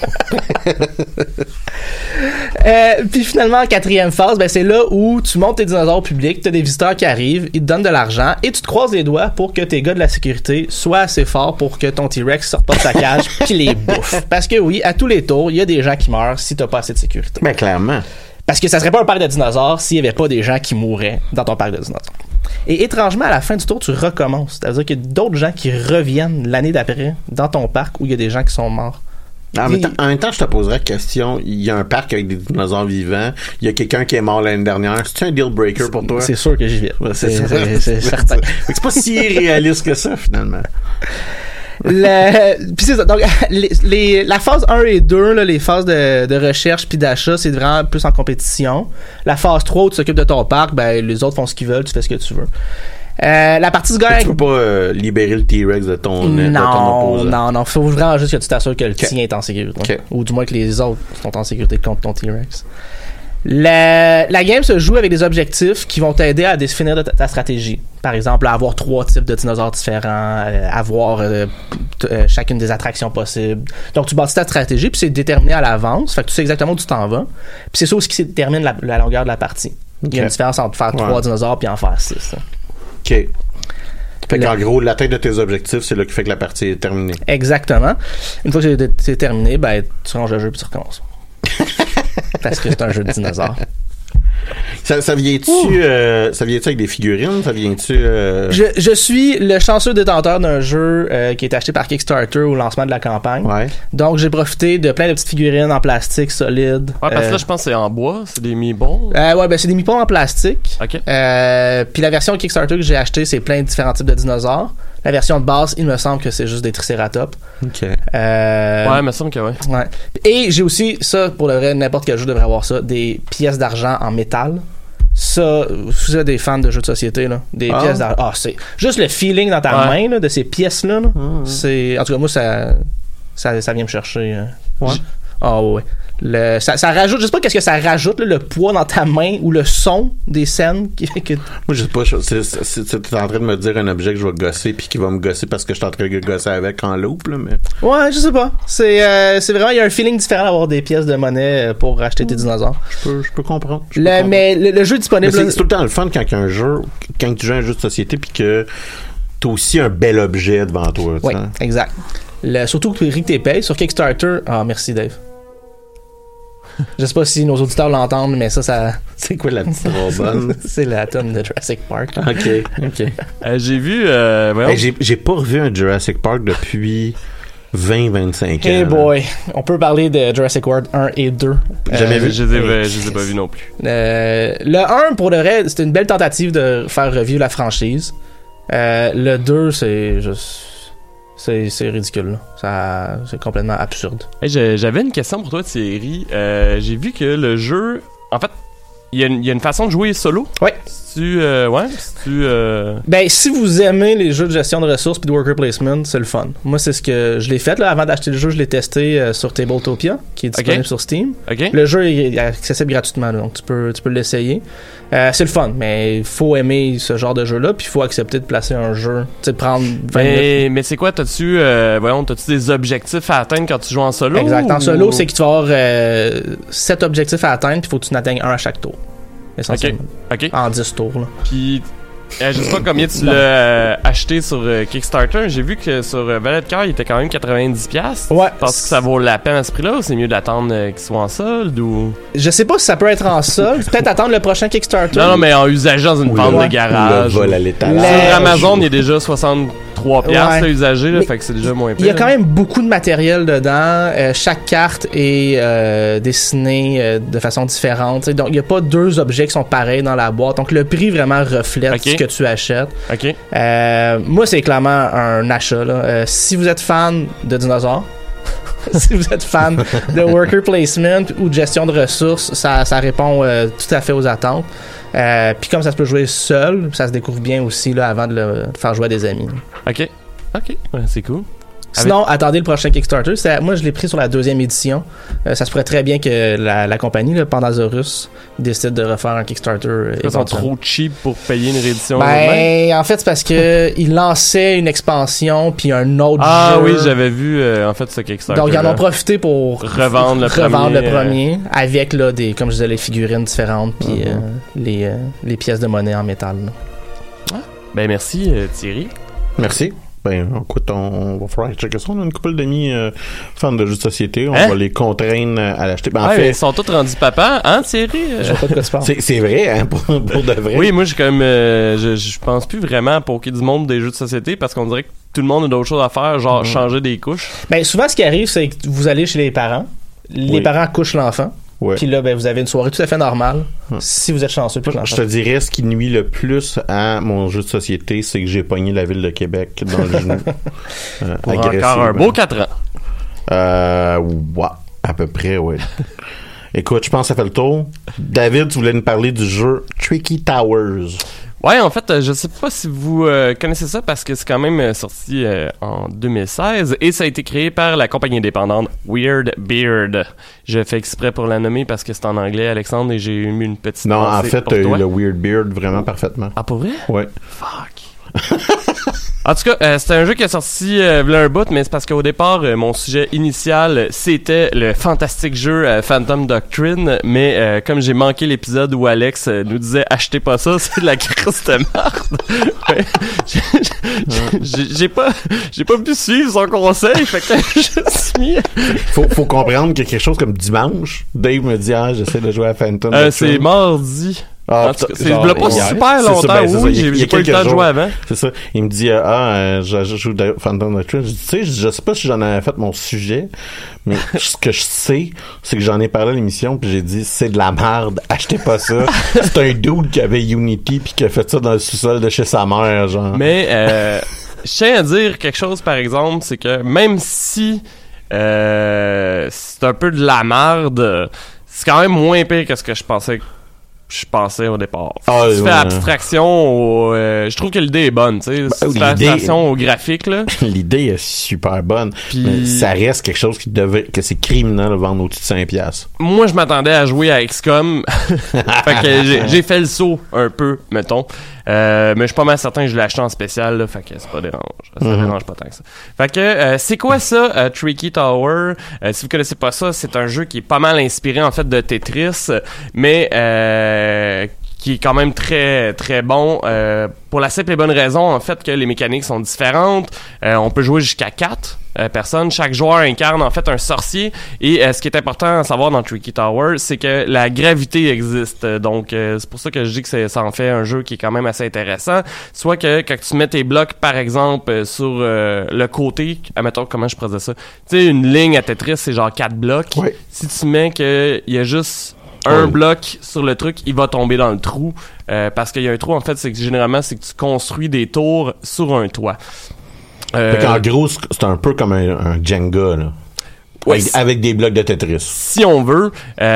Puis finalement, en quatrième phase, ben c'est là où tu montes tes dinosaures publics, t'as des visiteurs qui arrivent, ils te donnent de l'argent et tu te croises les doigts pour que tes gars de la sécurité soient assez forts pour que ton T-Rex sorte pas de sa cage puis les bouffe. Parce que oui, à tous les tours, il y a des gens qui meurent si t'as pas assez de sécurité. Ben clairement. Parce que ça serait pas un parc de dinosaures s'il y avait pas des gens qui mourraient dans ton parc de dinosaures. Et étrangement, à la fin du tour, tu recommences. C'est-à-dire qu'il y a d'autres gens qui reviennent l'année d'après dans ton parc où il y a des gens qui sont morts. En même temps, je te poserais la question, il y a un parc avec des dinosaures vivants, il y a quelqu'un qui est mort l'année dernière, c'est-tu un deal breaker pour toi? C'est sûr que j'y vais. C'est certain. C'est pas si irréaliste que ça, finalement. Puis c'est ça. Donc, la phase 1 et 2, là, les phases de recherche puis d'achat, c'est vraiment plus en compétition. La phase 3 où tu t'occupes de ton parc, ben, les autres font ce qu'ils veulent, tu fais ce que tu veux. La partie se gagne. Tu peux pas libérer le T-Rex de ton opposant. Non. Faut vraiment juste que tu t'assures que le tien est en sécurité. Okay. Ou du moins que les autres sont en sécurité contre ton T-Rex. La game se joue avec des objectifs qui vont t'aider à définir ta stratégie. Par exemple, à avoir 3 types de dinosaures différents, avoir chacune des attractions possibles. Donc, tu bâtis ta stratégie, puis c'est déterminé à l'avance. Fait que tu sais exactement où tu t'en vas. Puis c'est ça aussi qui détermine la longueur de la partie. Okay. Il y a une différence entre faire 3 dinosaures puis en faire 6. Hein. OK. Fait qu'en gros, l'atteinte de tes objectifs, c'est là qui fait que la partie est terminée. Exactement. Une fois que c'est terminé, ben, tu ranges le jeu puis tu recommences. Parce que c'est un jeu de dinosaures. Ça vient-tu avec des figurines? Ça vient-tu Je suis le chanceux détenteur d'un jeu qui est acheté par Kickstarter au lancement de la campagne. Ouais. Donc j'ai profité de plein de petites figurines en plastique solide. Ouais, parce que là je pense que c'est en bois, c'est des meeples. Ouais, ben c'est des meeples en plastique. OK. Puis la version Kickstarter que j'ai achetée, c'est plein de différents types de dinosaures. La version de base, il me semble que c'est juste des tricératops. OK. Ouais, il me semble que ouais. Et j'ai aussi, ça, pour le vrai, n'importe quel jeu devrait avoir ça, des pièces d'argent en métal. Ça, si vous êtes des fans de jeux de société, là, des pièces d'argent. Ah, c'est juste le feeling dans ta main, là, de ces pièces-là. Là, c'est, en tout cas, moi, ça vient me chercher. Ouais. Ça rajoute, je sais pas qu'est-ce que ça rajoute, là, le poids dans ta main ou le son des scènes qui fait que... Moi, je sais pas, t'es en train de me dire un objet que je vais gosser puis qui va me gosser parce que je suis en train de gosser avec en loop, là, mais... Ouais, je sais pas. C'est vraiment, il y a un feeling différent d'avoir des pièces de monnaie pour acheter tes dinosaures. Je peux comprendre. Mais le jeu disponible... C'est tout le temps le fun quand tu joues à un jeu de société puis que t'as aussi un bel objet devant toi. Oui, exact. Surtout que tu t'es payé sur Kickstarter. Ah, merci Dave. Je sais pas si nos auditeurs l'entendent, mais ça... C'est quoi la petite robonne? C'est la tonne de Jurassic Park. OK. J'ai vu... j'ai pas revu un Jurassic Park depuis 20-25 ans. Hey boy! On peut parler de Jurassic World 1 et 2. Jamais vu. Je les ai pas vus non plus. Le 1, pour le reste, c'était une belle tentative de faire revivre la franchise. Le 2, c'est juste... C'est ridicule, là. C'est complètement absurde. Hey, j'avais une question pour toi, Thierry. J'ai vu que le jeu... En fait, il y a une façon de jouer solo. Oui. Ben, si vous aimez les jeux de gestion de ressources puis de worker placement, c'est le fun. Moi, c'est ce que je l'ai fait, là. Avant d'acheter le jeu, je l'ai testé sur Tabletopia, qui est disponible sur Steam. Okay. Le jeu est accessible gratuitement, là, donc tu peux l'essayer. C'est le fun, mais il faut aimer ce genre de jeu-là, puis il faut accepter de placer un jeu, tu sais, de prendre 20 minutes. Mais c'est quoi, t'as-tu des objectifs à atteindre quand tu joues en solo? Exact. En solo, c'est que tu vas avoir 7 objectifs à atteindre, puis il faut que tu en atteignes un à chaque tour. Essentiellement. OK. En 10 tours, là. Puis Je sais pas combien tu l'as acheté sur Kickstarter. J'ai vu que sur Valet de Cœur, il était quand même 90$. Ouais. Penses-tu que ça vaut la peine à ce prix-là ou c'est mieux d'attendre qu'il soit en solde ou... Je sais pas si ça peut être en solde. Peut-être attendre le prochain Kickstarter. Non, mais en usagé dans une vente de garage. Le vol à l'étalage. Sur Amazon, il est déjà 63$ là, usagé, là, fait que c'est déjà moins pire. Il y a quand même beaucoup de matériel dedans. Chaque carte est dessinée de façon différente. T'sais, donc, il n'y a pas deux objets qui sont pareils dans la boîte. Donc, le prix vraiment reflète ce que tu achètes. OK. Moi, c'est clairement un achat. Là. Si vous êtes fan de dinosaures, si vous êtes fan de worker placement ou de gestion de ressources, ça répond tout à fait aux attentes. Puis comme ça se peut jouer seul, ça se découvre bien aussi là, avant de le faire jouer à des amis. OK. Ouais, c'est cool. Sinon, attendez le prochain Kickstarter. Moi, je l'ai pris sur la 2e édition. Ça se pourrait très bien que la compagnie, le Pandasaurus, décide de refaire un Kickstarter. Ils sont trop cheap pour payer une réédition. En fait, c'est parce que ils lançaient une expansion puis un autre jeu. Ah oui, j'avais vu en fait ce Kickstarter. Donc, ils en ont profité pour revendre le premier avec là, comme je disais, les figurines différentes puis les pièces de monnaie en métal. Ben merci Thierry. Merci. Ben, écoute, on va falloir checker ça. On a une couple d'amis fans de jeux de société. On va les contraindre à l'acheter. Ben, en fait, ils sont tous rendus papa, hein, Thierry? Je sais pas de quoi tu parles. C'est vrai, hein, pour de vrai. Oui, moi, je pense plus vraiment à poker du monde des jeux de société parce qu'on dirait que tout le monde a d'autres choses à faire, genre changer des couches. Ben, souvent, ce qui arrive, c'est que vous allez chez les parents. Les parents couchent l'enfant. Ouais. Puis là, ben, vous avez une soirée tout à fait normale. Si vous êtes chanceux. Je te dirais, ce qui nuit le plus à mon jeu de société, c'est que j'ai pogné la ville de Québec dans le genou. Pour encore un beau 4 ans. Ouais, à peu près, ouais. Écoute, je pense que ça fait le tour. David, tu voulais nous parler du jeu Tricky Towers. Ouais, en fait, je sais pas si vous connaissez ça parce que c'est quand même sorti en 2016 et ça a été créé par la compagnie indépendante Weird Beard. Je fais exprès pour la nommer parce que c'est en anglais, Alexandre, et j'ai eu une petite Non, en fait, t'as eu le Weird Beard vraiment parfaitement. Ah, pour vrai? Ouais. Fuck. En tout cas, c'était un jeu qui est sorti v'là un bout, mais c'est parce qu'au départ, mon sujet initial, c'était le fantastique jeu Phantom Doctrine, mais comme j'ai manqué l'épisode où Alex nous disait « Achetez pas ça, c'est de la crisse de merde », j'ai pas pu suivre son conseil, fait que je suis mis... Faut comprendre qu'il y a quelque chose comme dimanche, Dave me dit « Ah, j'essaie de jouer à Phantom Doctrine ». C'est mardi. Ah, c'est pas super longtemps, j'ai pas eu le temps de jouer avant. C'est ça. Il me dit, je joue Phantom Doctrine. Je dis, tu sais, je sais pas si j'en avais fait mon sujet, mais ce que je sais, c'est que j'en ai parlé à l'émission, puis j'ai dit, c'est de la merde, achetez pas ça. C'est un dude qui avait Unity, puis qui a fait ça dans le sous-sol de chez sa mère, genre. Mais, je tiens à dire quelque chose, par exemple, c'est que même si c'est un peu de la merde, c'est quand même moins pire que ce que je pensais au départ. Tu fais abstraction je trouve que l'idée est bonne, tu sais. Tu fais abstraction au graphique, là. L'idée est super bonne. Puis mais ça reste quelque chose que c'est criminel de vendre au-dessus de 5$. Moi, je m'attendais à jouer à XCOM. Fait que j'ai fait le saut un peu, mettons. Mais je suis pas mal certain que je l'ai acheté en spécial, là. Fait que c'est pas dérange. Ça dérange pas tant que ça. Fait que, c'est quoi ça, Tricky Tower? Si vous connaissez pas ça, c'est un jeu qui est pas mal inspiré, en fait, de Tetris, mais, qui est quand même très très bon pour la simple et bonne raison en fait que les mécaniques sont différentes. On peut jouer jusqu'à 4 personnes. Chaque joueur incarne en fait un sorcier et ce qui est important à savoir dans Tricky Tower, c'est que la gravité existe. Donc c'est pour ça que je dis que ça en fait un jeu qui est quand même assez intéressant. Soit que quand tu mets tes blocs par exemple sur le côté, admettons comment je pourrais dire ça. Tu sais une ligne à Tetris c'est genre 4 blocs. Oui. Si tu mets que il y a juste un bloc sur le truc, il va tomber dans le trou. Parce qu'il y a un trou, en fait, c'est que généralement, c'est que tu construis des tours sur un toit. En gros, c'est un peu comme un Jenga, là. Ouais, avec des blocs de Tetris. Si on veut.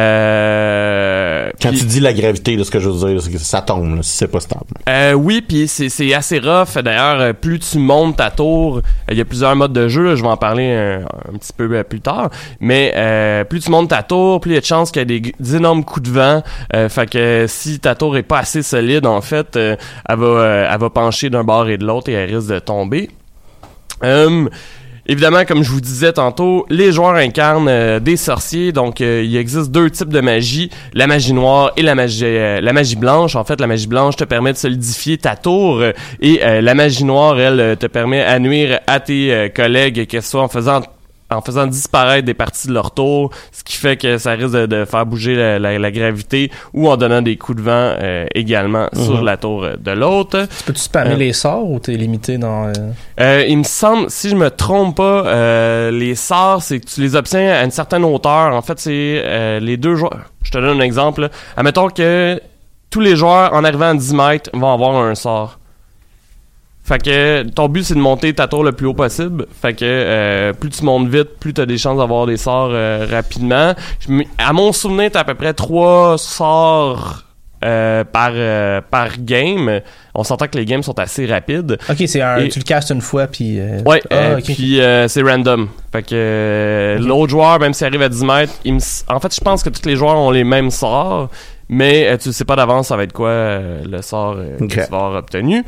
Quand tu dis la gravité, là, ce que je veux dire, c'est que ça tombe, là, si c'est pas stable. Oui, puis c'est assez rough. D'ailleurs, plus tu montes ta tour, il y a plusieurs modes de jeu, là, je vais en parler un petit peu plus tard, mais plus tu montes ta tour, plus il y a de chances qu'il y ait des énormes coups de vent. Fait que si ta tour est pas assez solide, en fait, elle va pencher d'un bord et de l'autre et elle risque de tomber. Évidemment, comme je vous disais tantôt, les joueurs incarnent des sorciers, donc il existe 2 types de magie, la magie noire et la magie blanche. En fait, la magie blanche te permet de solidifier ta tour et la magie noire, elle, te permet à nuire à tes collègues, que ce soit en faisant disparaître des parties de leur tour, ce qui fait que ça risque de faire bouger la gravité, ou en donnant des coups de vent également sur la tour de l'autre. Peux-tu spammer les sorts ou t'es limité dans... Il me semble, si je me trompe pas, les sorts, c'est que tu les obtiens à une certaine hauteur. En fait, c'est les 2 joueurs. Je te donne un exemple. Là. Admettons que tous les joueurs, en arrivant à 10 mètres, vont avoir un sort. Fait que ton but, c'est de monter ta tour le plus haut possible. Fait que plus tu montes vite, plus tu as des chances d'avoir des sorts rapidement. À mon souvenir, t'as à peu près 3 sorts par game. On s'entend que les games sont assez rapides. Ok, tu le castes une fois, puis... Ouais, puis c'est random. Fait que l'autre joueur, même s'il arrive à 10 mètres, en fait, je pense que tous les joueurs ont les mêmes sorts, mais tu sais pas d'avance ça va être quoi le sort que tu vas avoir obtenu.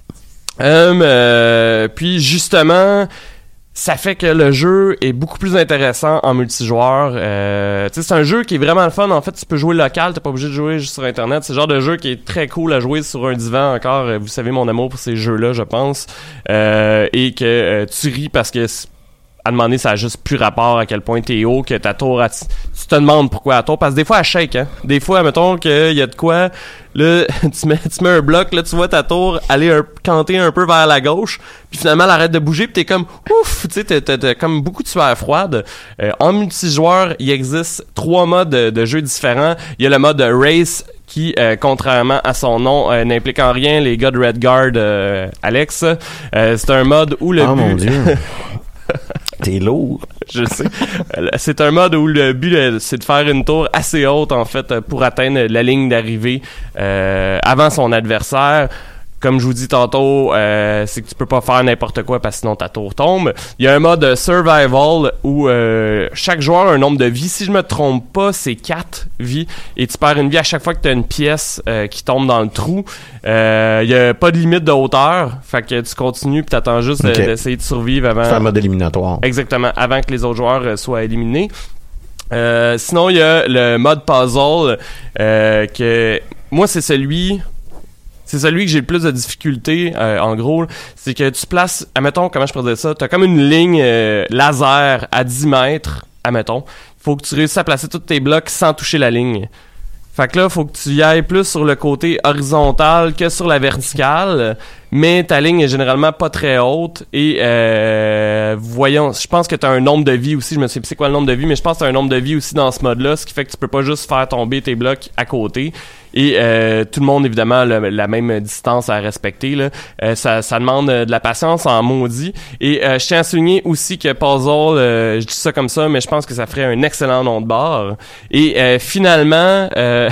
Puis justement, ça fait que le jeu est beaucoup plus intéressant en multijoueur. Tu sais, c'est un jeu qui est vraiment le fun. En fait, tu peux jouer local, t'es pas obligé de jouer juste sur Internet. C'est le genre de jeu qui est très cool à jouer sur un divan encore. Vous savez mon amour pour ces jeux-là, je pense. Et que tu ris parce que à demander, ça a juste plus rapport à quel point t'es haut, que ta tour, tu te demandes pourquoi la tour, parce que des fois elle shake, hein. Des fois, mettons qu'il y a de quoi, là, tu mets un bloc, là, tu vois ta tour aller canter un peu vers la gauche, puis finalement elle arrête de bouger, puis t'es comme ouf, tu sais, t'as comme beaucoup de sueur froide. En multijoueur, il existe 3 modes de jeu différents. Il y a le mode race, qui, contrairement à son nom, n'implique en rien les gars de Redguard, Alex. C'est un mode où le but... mon Dieu. T'es lourd. Je sais. C'est un mode où le but, c'est de faire une tour assez haute, en fait, pour atteindre la ligne d'arrivée avant son adversaire. Comme je vous dis tantôt, c'est que tu peux pas faire n'importe quoi parce que sinon ta tour tombe. Il y a un mode survival où chaque joueur a un nombre de vies. Si je me trompe pas, c'est 4 vies. Et tu perds une vie à chaque fois que tu as une pièce qui tombe dans le trou. Il y a pas de limite de hauteur. Fait que tu continues puis t'attends juste d'essayer de survivre avant... C'est un mode éliminatoire. Exactement, avant que les autres joueurs soient éliminés. Sinon, il y a le mode puzzle que... Moi, c'est celui que j'ai le plus de difficultés, en gros. C'est que tu places, admettons, comment je pourrais dire ça, t'as comme une ligne laser à 10 mètres, admettons. Il faut que tu réussisses à placer tous tes blocs sans toucher la ligne. Fait que là, faut que tu y ailles plus sur le côté horizontal que sur la verticale, mais ta ligne est généralement pas très haute et voyons, je pense que t'as un nombre de vies aussi, je me sais plus c'est quoi le nombre de vies, mais je pense que t'as un nombre de vies aussi dans ce mode-là, ce qui fait que tu peux pas juste faire tomber tes blocs à côté et tout le monde évidemment la même distance à respecter là. Ça demande de la patience en maudit et je tiens à souligner aussi que puzzle, je dis ça comme ça, mais je pense que ça ferait un excellent nom de bar et finalement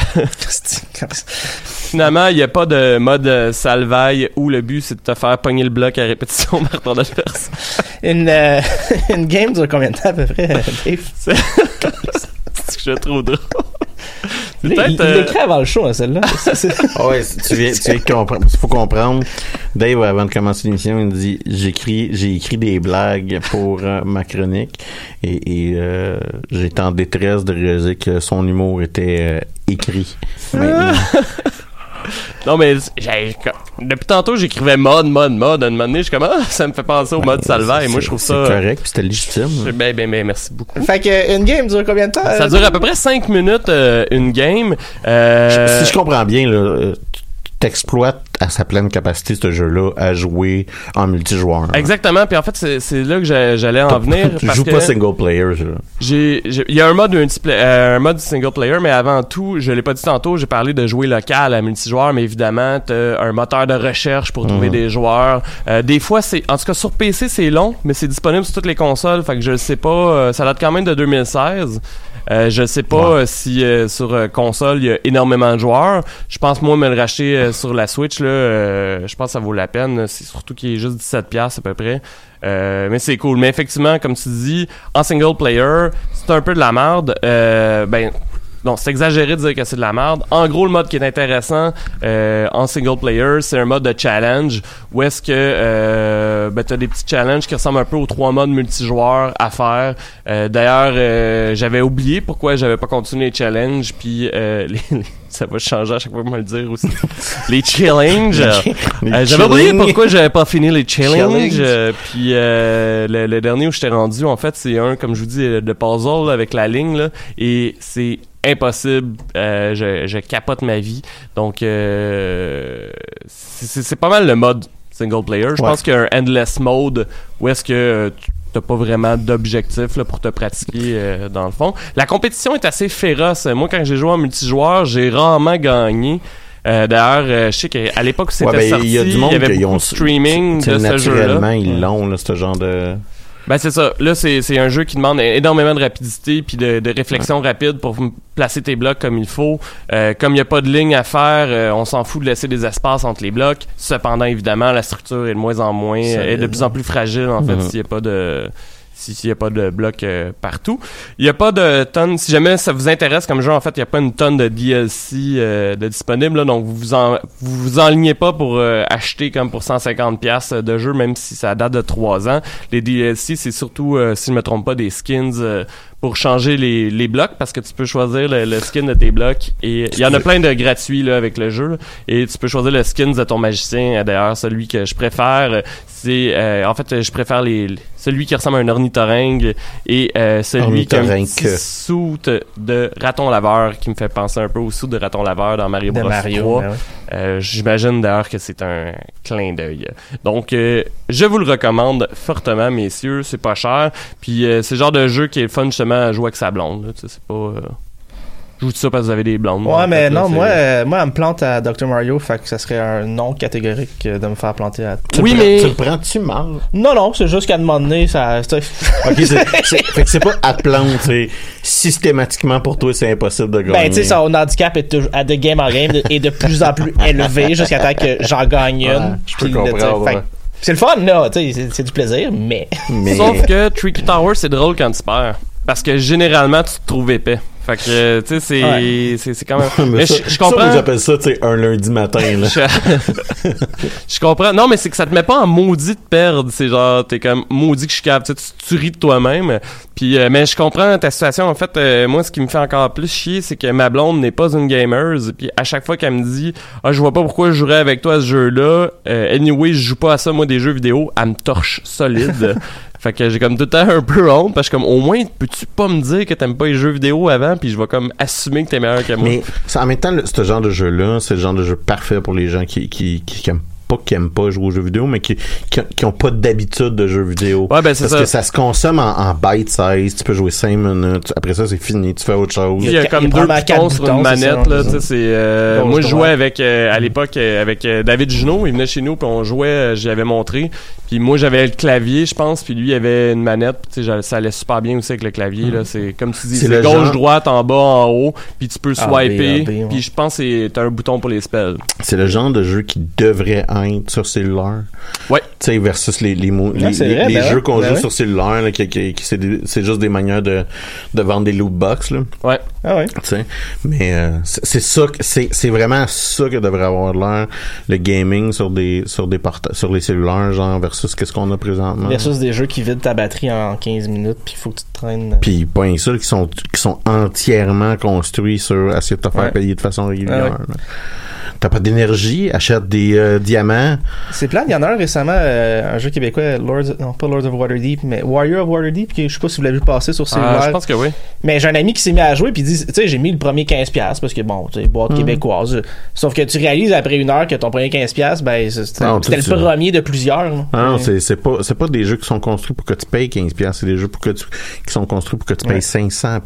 finalement, il n'y a pas de mode salvaille où le but c'est de te faire pogner le bloc à répétition par ton adversaire. Une game dure combien de temps à peu près, Dave? C'est que je trouve drôle. Il l'écrit avant le show, hein, celle-là. Ouais, tu viens de comprendre. Il faut comprendre. Dave, avant de commencer l'émission, il me dit j'ai écrit des blagues pour ma chronique et j'étais en détresse de réaliser que son humour était écrit. Maintenant. Non, mais depuis tantôt, j'écrivais mode. À un moment donné, je suis comme, ça me fait penser au mode salvaille. Et moi, je trouve ça... C'est correct, puis c'était légitime. Ben, merci beaucoup. Fait que une game dure combien de temps? Ça dure à peu près 5 minutes, une game. Si je comprends bien, là, t'exploites à sa pleine capacité ce jeu-là à jouer en multijoueur. Exactement, puis en fait c'est là que j'allais en venir. Tu joues pas single player. Il y a un mode single player, mais avant tout, je l'ai pas dit tantôt, j'ai parlé de jouer local à multijoueur, mais évidemment t'as un moteur de recherche pour trouver des joueurs. Des fois en tout cas sur PC c'est long, mais c'est disponible sur toutes les consoles, fait que je sais pas, ça date quand même de 2016. Je sais pas si sur console il y a énormément de joueurs. Je pense moi me le racheter sur la Switch là, je pense que ça vaut la peine. C'est surtout qu'il est juste 17$ à peu près. Mais c'est cool. Mais effectivement, comme tu dis, en single player, c'est un peu de la merde. non, c'est exagéré de dire que c'est de la merde. En gros, le mode qui est intéressant en single player, c'est un mode de challenge où est-ce que t'as des petits challenges qui ressemblent un peu aux 3 modes multijoueurs à faire. D'ailleurs, j'avais oublié pourquoi j'avais pas continué les challenges, puis ça va changer à chaque fois pour me le dire aussi. Les challenges. J'avais oublié pourquoi j'avais pas fini les challenges. Puis le dernier où j'étais rendu, en fait, c'est un, comme je vous dis, de puzzle avec la ligne, là, et c'est impossible. Je capote ma vie. Donc, c'est pas mal le mode single player. Je pense qu'il y a un endless mode où est-ce que t'as pas vraiment d'objectif là, pour te pratiquer dans le fond. La compétition est assez féroce. Moi, quand j'ai joué en multijoueur, j'ai rarement gagné. D'ailleurs, je sais qu'à l'époque où c'était sorti, il y avait beaucoup de streaming de ce jeu-là. Naturellement, ils l'ont, là, ce genre de... Ben c'est ça. Là, c'est un jeu qui demande énormément de rapidité puis de réflexion rapide pour placer tes blocs comme il faut. Comme il n'y a pas de ligne à faire, on s'en fout de laisser des espaces entre les blocs. Cependant, évidemment, la structure est de moins en moins, est de plus en plus fragile, en fait, s'il n'y a pas de... S'il n'y a pas de blocs partout. Il n'y a pas de tonnes... Si jamais ça vous intéresse comme jeu, en fait, il n'y a pas une tonne de DLC de disponible. Là, donc, vous vous enlignez pas pour acheter comme pour 150$ de jeu, même si ça date de 3 ans. Les DLC, c'est surtout, si je ne me trompe pas, des skins pour changer les blocs, parce que tu peux choisir le skin de tes blocs. Et il y en a plein de gratuits là, avec le jeu. Là, et tu peux choisir le skin de ton magicien. D'ailleurs, celui que je préfère, c'est... en fait, je préfère celui qui ressemble à un ornithorynque et celui qui a un petit suit de raton laveur qui me fait penser un peu au suit de raton laveur dans Mario Bros 3. Ben j'imagine d'ailleurs que c'est un clin d'œil. Donc, je vous le recommande fortement, messieurs. C'est pas cher. Puis, c'est le genre de jeu qui est le fun justement à jouer avec sa blonde. Là. C'est pas... Je vous dis ça parce que vous avez des blondes. Ouais, mais non, moi, elle me plante à Dr. Mario, fait que ça serait un non catégorique de me faire planter à... Tu le prends-tu mal? Non, c'est juste qu'à un moment donné, ça... fait que c'est pas à te plante, c'est systématiquement pour toi, c'est impossible de gagner. Ben, tu sais, son handicap est à de game en game est de plus en plus élevé jusqu'à temps que j'en gagne une. Je peux comprendre. C'est le fun, là, tu sais, c'est du plaisir, mais... Sauf que Tricky Tower, c'est drôle quand tu perds. Parce que généralement, tu te trouves épais. Fait que, tu sais, c'est quand même... mais je comprends. Ça, j'appelle ça, tu sais, un lundi matin, là. Je comprends. Non, mais c'est que ça te met pas en maudit de perdre. C'est genre, t'es comme maudit que je suis capable. Tu ris de toi-même. Puis, mais je comprends ta situation. En fait, moi, ce qui me fait encore plus chier, c'est que ma blonde n'est pas une gamer. Puis, à chaque fois qu'elle me dit, je vois pas pourquoi je jouerais avec toi à ce jeu-là. Anyway, je joue pas à ça, moi, des jeux vidéo. Elle me torche solide. Fait que j'ai comme tout le temps un peu honte parce que comme au moins peux-tu pas me dire que t'aimes pas les jeux vidéo avant puis je vais comme assumer que t'es meilleur que moi. Mais en même temps ce genre de jeu là c'est le genre de jeu parfait pour les gens qui aiment pas qui aiment pas jouer aux jeux vidéo mais qui ont pas d'habitude de jeux vidéo. Ouais, ben c'est parce que ça se consomme en bite size, tu peux jouer 5 minutes, après ça c'est fini, tu fais autre chose. Il y a comme 2 boutons sur une manette là, tu sais c'est moi je jouais avec à l'époque avec David Junot, il venait chez nous puis on jouait, j'avais montré, puis moi j'avais le clavier je pense, puis lui il avait une manette, tu sais ça allait super bien aussi avec le clavier là, c'est comme tu dis c'est gauche droite en bas en haut, puis tu peux swiper, puis je pense que t'as un bouton pour les spells. C'est le genre de jeu qui devrait être sur cellulaire. Ouais. Tu sais, versus les jeux qu'on joue sur cellulaire, là, c'est juste des manières de vendre des loot box, là. Ouais. Ah ouais. Tu sais. Mais, c'est ça, c'est vraiment ça que devrait avoir l'air, le gaming sur les cellulaires, genre, versus qu'est-ce qu'on a présentement. Versus des jeux qui vident ta batterie en 15 minutes, puis il faut que tu te traînes. Puis, pas rien ça, qui sont entièrement construits sur essayer de te faire payer de façon régulière. T'as pas d'énergie, achète des diamants. C'est plein, il y en a un récemment, un jeu québécois, pas Lords of Waterdeep, mais Warrior of Waterdeep, je sais pas si vous l'avez vu passer sur cellulaire. Je pense que oui. Mais j'ai un ami qui s'est mis à jouer, puis il dit, tu sais, j'ai mis le premier 15$, parce que bon, tu sais, boîte québécoise. Sauf que tu réalises après une heure que ton premier 15$, ben, c'était le premier de plusieurs. Non, c'est pas des jeux qui sont construits pour que tu payes 15$, c'est des jeux qui sont construits pour que tu payes 500$.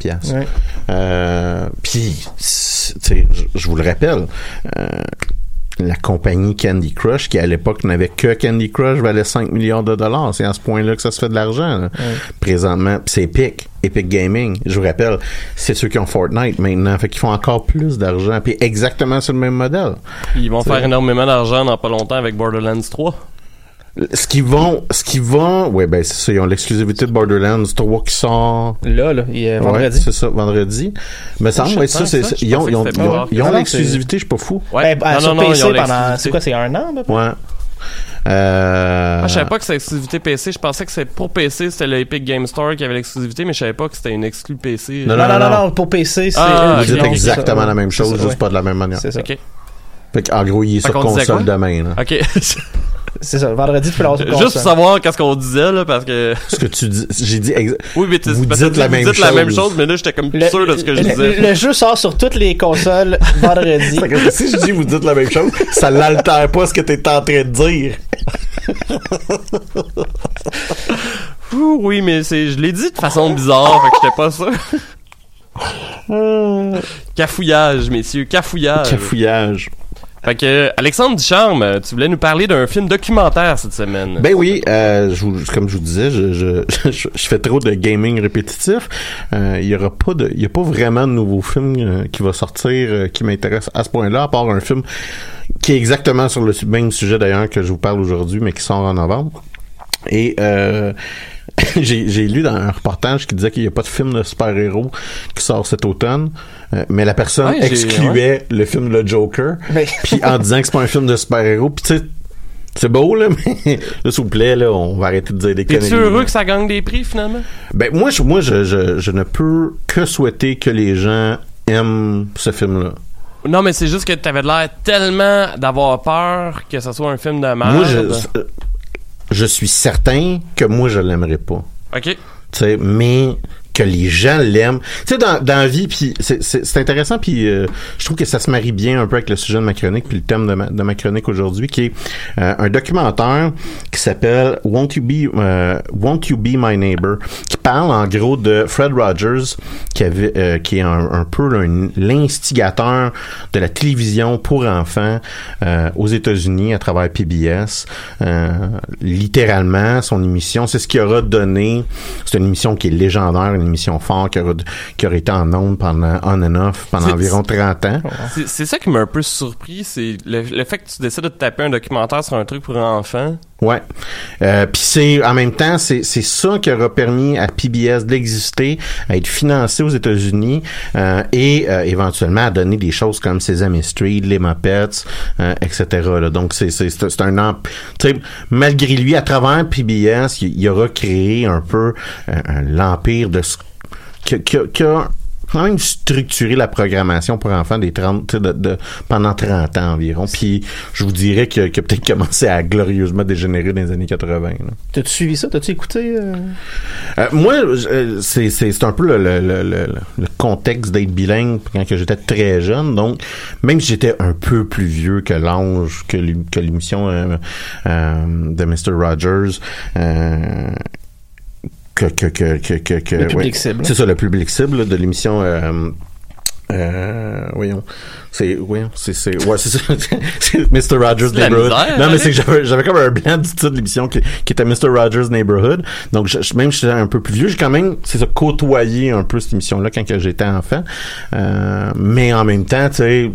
Puis, tu sais, je vous le rappelle, la compagnie Candy Crush, qui à l'époque n'avait que Candy Crush, valait 5 milliards de dollars. C'est à ce point-là que ça se fait de l'argent. Présentement, c'est Epic Gaming. Je vous rappelle, c'est ceux qui ont Fortnite maintenant. Fait qu'ils font encore plus d'argent. Puis exactement sur le même modèle. Ils vont faire énormément d'argent dans pas longtemps avec Borderlands 3. Ce qu'ils vont, ouais, ben, c'est ça, ils ont l'exclusivité de Borderlands 3 qui sort. Là, vendredi. Ouais, c'est ça, vendredi. Mais ça, ouais, ça, ils ont l'exclusivité, je suis pas fou. Ouais. Sur PC pendant, c'est quoi, c'est 1 an, à peu près? Ouais. Je savais pas que c'était exclusivité PC. Je pensais que c'est pour PC, c'était le Epic Game Store qui avait l'exclusivité, mais je savais pas que c'était une exclue PC. Non, pour PC, c'est... Vous dites exactement la même chose, juste pas de la même manière. C'est ça. OK. Fait qu'en gros, il est sur console demain, là. OK. C'est ça, vendredi, tu peux l'avoir sur console. Juste pour savoir qu'est-ce qu'on disait, là, parce que... Ce que tu dis, j'ai dit... Oui, mais vous dites la même chose, mais là, j'étais comme plus sûr de ce que je disais. Le jeu sort sur toutes les consoles vendredi. Si je dis vous dites la même chose, ça l'altère pas ce que t'es en train de dire. Oui, mais je l'ai dit de façon bizarre, fait que j'étais pas sûr. Cafouillage, messieurs, cafouillage. Fait que, Alexandre Ducharme, tu voulais nous parler d'un film documentaire cette semaine. Ben oui, comme je vous disais, je fais trop de gaming répétitif. Il y a pas vraiment de nouveau film qui va sortir qui m'intéresse à ce point-là, à part un film qui est exactement sur le même sujet d'ailleurs que je vous parle aujourd'hui, mais qui sort en novembre. Et j'ai lu dans un reportage qui disait qu'il n'y a pas de film de super-héros qui sort cet automne, mais la personne excluait le film Le Joker, puis en disant que c'est pas un film de super-héros, puis tu sais, c'est beau, là, mais là, s'il vous plaît, là, on va arrêter de dire des conneries. Es-tu heureux que ça gagne des prix, finalement? Ben, moi, je ne peux que souhaiter que les gens aiment ce film-là. Non, mais c'est juste que t'avais l'air tellement d'avoir peur que ce soit un film de merde. Moi, je suis certain que moi, je l'aimerais pas. OK. Tu sais, mais que les gens l'aiment. Tu sais, dans la vie, puis c'est intéressant, puis je trouve que ça se marie bien un peu avec le sujet de ma chronique, puis le thème de ma chronique aujourd'hui, qui est un documentaire qui s'appelle Won't You Be My Neighbor, qui parle en gros de Fred Rogers, qui est un peu l'instigateur de la télévision pour enfants aux États-Unis à travers PBS. Littéralement, son émission, c'est ce qui aura donné. C'est une émission qui est légendaire, une émission forte qui aurait été en ondes pendant on and off pendant environ 30 ans. C'est ça qui m'a un peu surpris, c'est le fait que tu décides de te taper un documentaire sur un truc pour enfants. Ouais. Puis c'est en même temps c'est ça qui aura permis à PBS d'exister, à être financé aux États-Unis et éventuellement à donner des choses comme Sesame Street, les Muppets, etc. Là. Donc c'est un tu sais, malgré lui, à travers PBS, il aura créé un peu l'empire de qui a quand même structuré la programmation pour enfants pendant 30 ans environ. Puis je vous dirais qu'il a peut-être commencé à glorieusement dégénérer dans les années 80. Là. T'as-tu suivi ça? T'as-tu écouté? Moi, c'est un peu le contexte d'être bilingue quand que j'étais très jeune. Donc, même si j'étais un peu plus vieux que l'ange, que l'émission de Mr. Rogers, le public cible. C'est ça, le public cible de l'émission. Voyons. C'est ça. C'est Mr. Rogers Neighborhood. Non, mais c'est que j'avais comme un blanc du titre de l'émission qui était Mr. Rogers Neighborhood. Donc, même si j'étais un peu plus vieux, j'ai quand même, côtoyé un peu cette émission-là quand j'étais enfant. Mais en même temps, tu sais,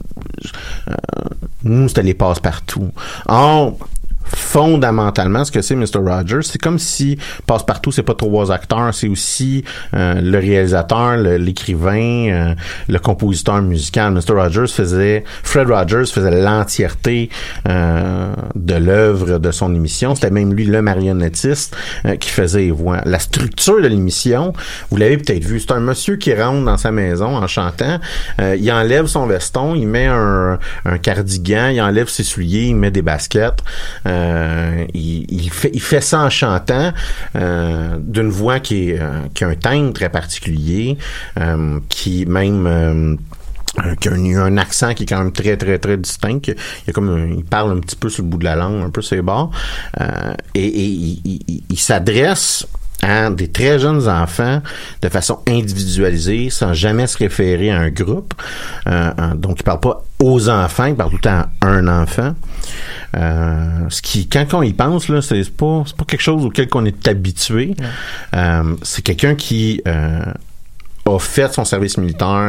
nous, c'était les passe-partout. Fondamentalement, ce que c'est Mr. Rogers, c'est comme si Passe-Partout, c'est pas 3 acteurs, c'est aussi le réalisateur, l'écrivain, le compositeur musical. Fred Rogers faisait l'entièreté de l'œuvre de son émission. C'était même lui le marionnettiste qui faisait les voix. La structure de l'émission, vous l'avez peut-être vu, c'est un monsieur qui rentre dans sa maison en chantant, il enlève son veston, il met un cardigan, il enlève ses souliers, il met des baskets. Il fait ça en chantant d'une voix qui a un timbre très particulier, qui même qui a un accent qui est quand même très très très distinct. Il parle un petit peu sur le bout de la langue, un peu sur les bords, et il s'adresse à des très jeunes enfants de façon individualisée, sans jamais se référer à un groupe. Donc, il parle pas aux enfants, il parle tout le temps à un enfant. Ce qui, quand on y pense, là, c'est pas quelque chose auquel on est habitué. C'est quelqu'un qui a fait son service militaire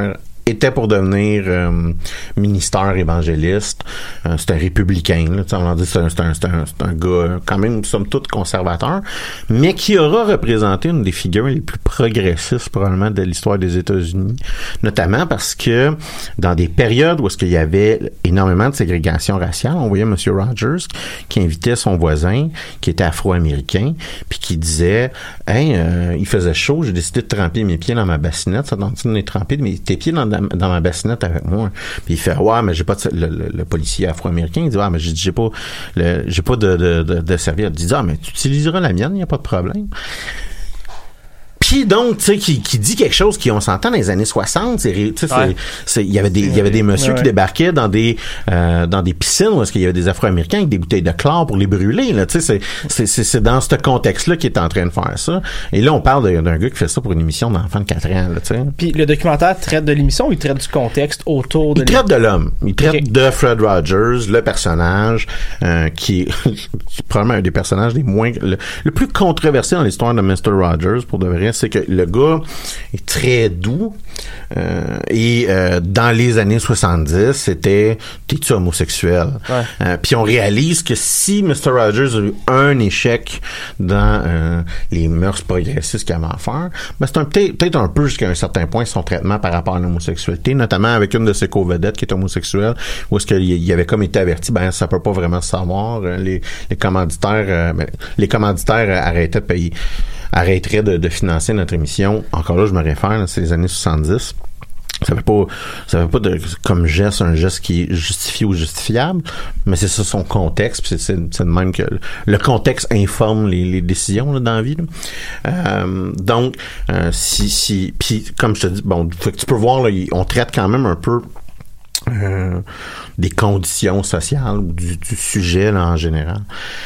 était pour devenir ministère évangéliste. C'est un républicain, là, on va dire c'est un gars quand même somme toute conservateur, mais qui aura représenté une des figures les plus progressistes probablement de l'histoire des États-Unis, notamment parce que dans des périodes où est-ce qu'il y avait énormément de ségrégation raciale, on voyait M. Rogers qui invitait son voisin qui était afro-américain, puis qui disait hey, il faisait chaud, j'ai décidé de tremper mes pieds dans ma bassinette, ça tente de les tremper tes pieds dans ma bassinette avec moi. Puis il fait ouais, mais j'ai pas le policier afro-américain, il dit mais j'ai pas de serviette. Il dit mais tu utiliseras la mienne, il y a pas de problème. Puis donc, tu sais, qui dit quelque chose on s'entend dans les années 60, il y avait des messieurs qui débarquaient dans des piscines où est-ce qu'il y avait des Afro-Américains avec des bouteilles de chlore pour les brûler, là, tu sais, c'est dans ce contexte-là qu'il est en train de faire ça. Et là, on parle d'un gars qui fait ça pour une émission d'enfants de 4 ans, là, tu sais. Puis le documentaire traite de l'émission ou il traite du contexte autour de Il traite de l'homme. Il traite de Fred Rogers, le personnage, qui est probablement un des personnages le plus controversé dans l'histoire de Mr. Rogers, pour de vrai. C'est que le gars est très doux et dans les années 70, c'était « T'es-tu homosexuel? » Puis on réalise que si Mr. Rogers a eu un échec dans les mœurs progressistes qu'il avait à faire, ben c'est peut-être un peu jusqu'à un certain point son traitement par rapport à l'homosexualité, notamment avec une de ses co-vedettes qui est homosexuelle, où est-ce qu'il avait comme été averti, ça peut pas vraiment se savoir, les commanditaires arrêteraient de financer notre émission. Encore là, je me réfère, c'est les années 70. Ça fait pas comme geste, un geste qui est justifié ou justifiable, mais c'est ça son contexte, puis c'est de même que le contexte informe les décisions là, dans la vie. Donc, puis comme je te dis, bon, fait que tu peux voir là, on traite quand même un peu des conditions sociales ou du sujet là, en général.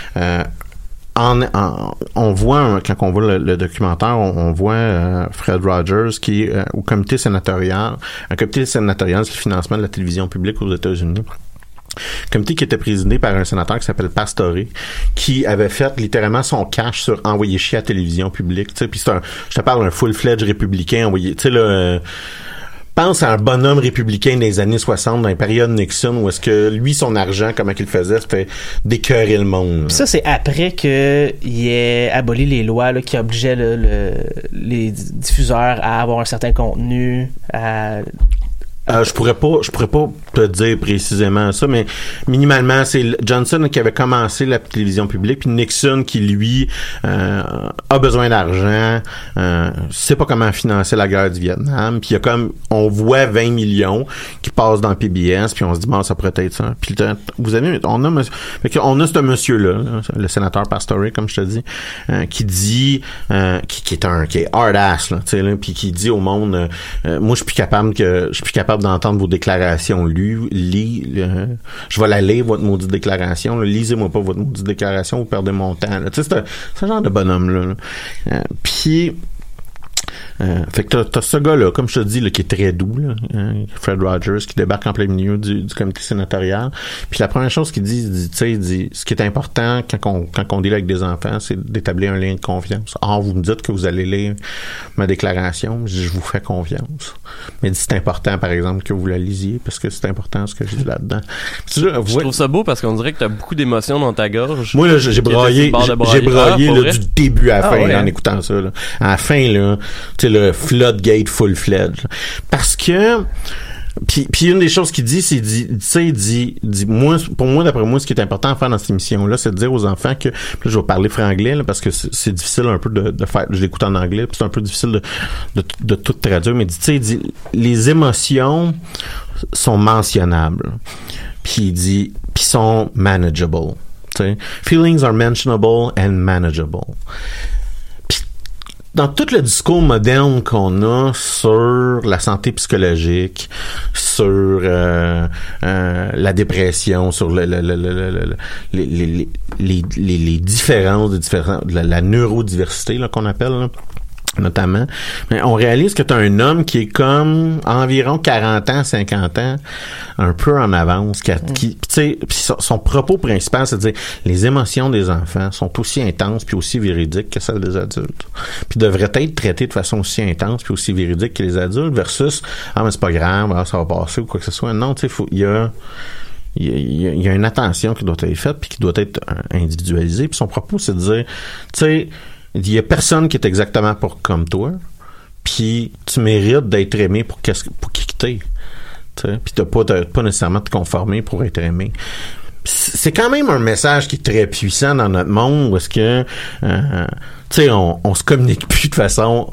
On voit, quand on voit le documentaire, on voit Fred Rogers qui est au comité sénatorial. Un comité sénatorial, c'est le financement de la télévision publique aux États-Unis. Comité qui était présidé par un sénateur qui s'appelle Pastore, qui avait fait littéralement son cash sur envoyer chier à la télévision publique. Tu sais, puis je te parle d'un full-fledged républicain envoyé. Tu sais pense à un bonhomme républicain des années 60 dans les périodes Nixon où est-ce que lui son argent comment qu'il faisait c'était d'écœurer le monde. Puis ça c'est après que il ait aboli les lois là, qui obligeaient les diffuseurs à avoir un certain contenu je pourrais pas te dire précisément ça, mais minimalement, c'est Johnson qui avait commencé la télévision publique, puis Nixon qui, lui, a besoin d'argent, sait pas comment financer la guerre du Vietnam, puis il y a comme, on voit 20 millions qui passent dans PBS, puis on se dit, bon, ça pourrait être ça. Puis on a ce monsieur-là, le sénateur Pastore, comme je te dis, qui dit, qui est hard ass, là, tu sais, là, puis qui dit au monde, moi, je suis plus capable d'entendre vos déclarations. Je vais la lire, votre maudite déclaration. Là. Lisez-moi pas votre maudite déclaration, vous perdez mon temps. Tu sais, c'est un genre de bonhomme-là. Puis, fait que t'as ce gars-là, comme je te dis, là, qui est très doux, là, Fred Rogers, qui débarque en plein milieu du comité sénatorial. Puis la première chose qu'il dit, ce qui est important quand on deal avec des enfants, c'est d'établir un lien de confiance. Vous me dites que vous allez lire ma déclaration, je vous fais confiance. Mais c'est important, par exemple, que vous la lisiez, parce que c'est important ce que j'ai dit là-dedans. Je trouve ça beau parce qu'on dirait que t'as beaucoup d'émotions dans ta gorge. Moi, là, j'ai broyé là, du début à la fin, en écoutant ça, là. À la fin, là, tu sais, le floodgate full-fledged. Parce que puis une des choses qu'il dit, c'est pour moi, d'après moi, ce qui est important à faire dans cette émission-là, c'est de dire aux enfants que, là, je vais parler franglais, là, parce que c'est difficile un peu de faire, je l'écoute en anglais, puis c'est un peu difficile de tout traduire, mais il dit, les émotions sont mentionnables. Puis il dit, puis sont manageable. T'sais. Feelings are mentionable and manageable. Dans tout le discours moderne qu'on a sur la santé psychologique, sur la dépression, sur les différences de la neurodiversité là, qu'on appelle, là, notamment. Mais on réalise que tu as un homme qui est comme environ 40 ans, 50 ans, un peu en avance, qui tu sais, son propos principal, c'est de dire les émotions des enfants sont aussi intenses puis aussi véridiques que celles des adultes. Puis devraient être traitées de façon aussi intense puis aussi véridique que les adultes versus mais c'est pas grave, ça va passer ou quoi que ce soit. Non, tu sais, il y a une attention qui doit être faite puis qui doit être individualisée. Puis son propos, c'est de dire, tu sais, il y a personne qui est exactement comme toi, puis tu mérites d'être aimé pour qui t'es. Puis t'as pas nécessairement te conformer pour être aimé. C'est quand même un message qui est très puissant dans notre monde où est-ce que tu sais, on se communique plus de façon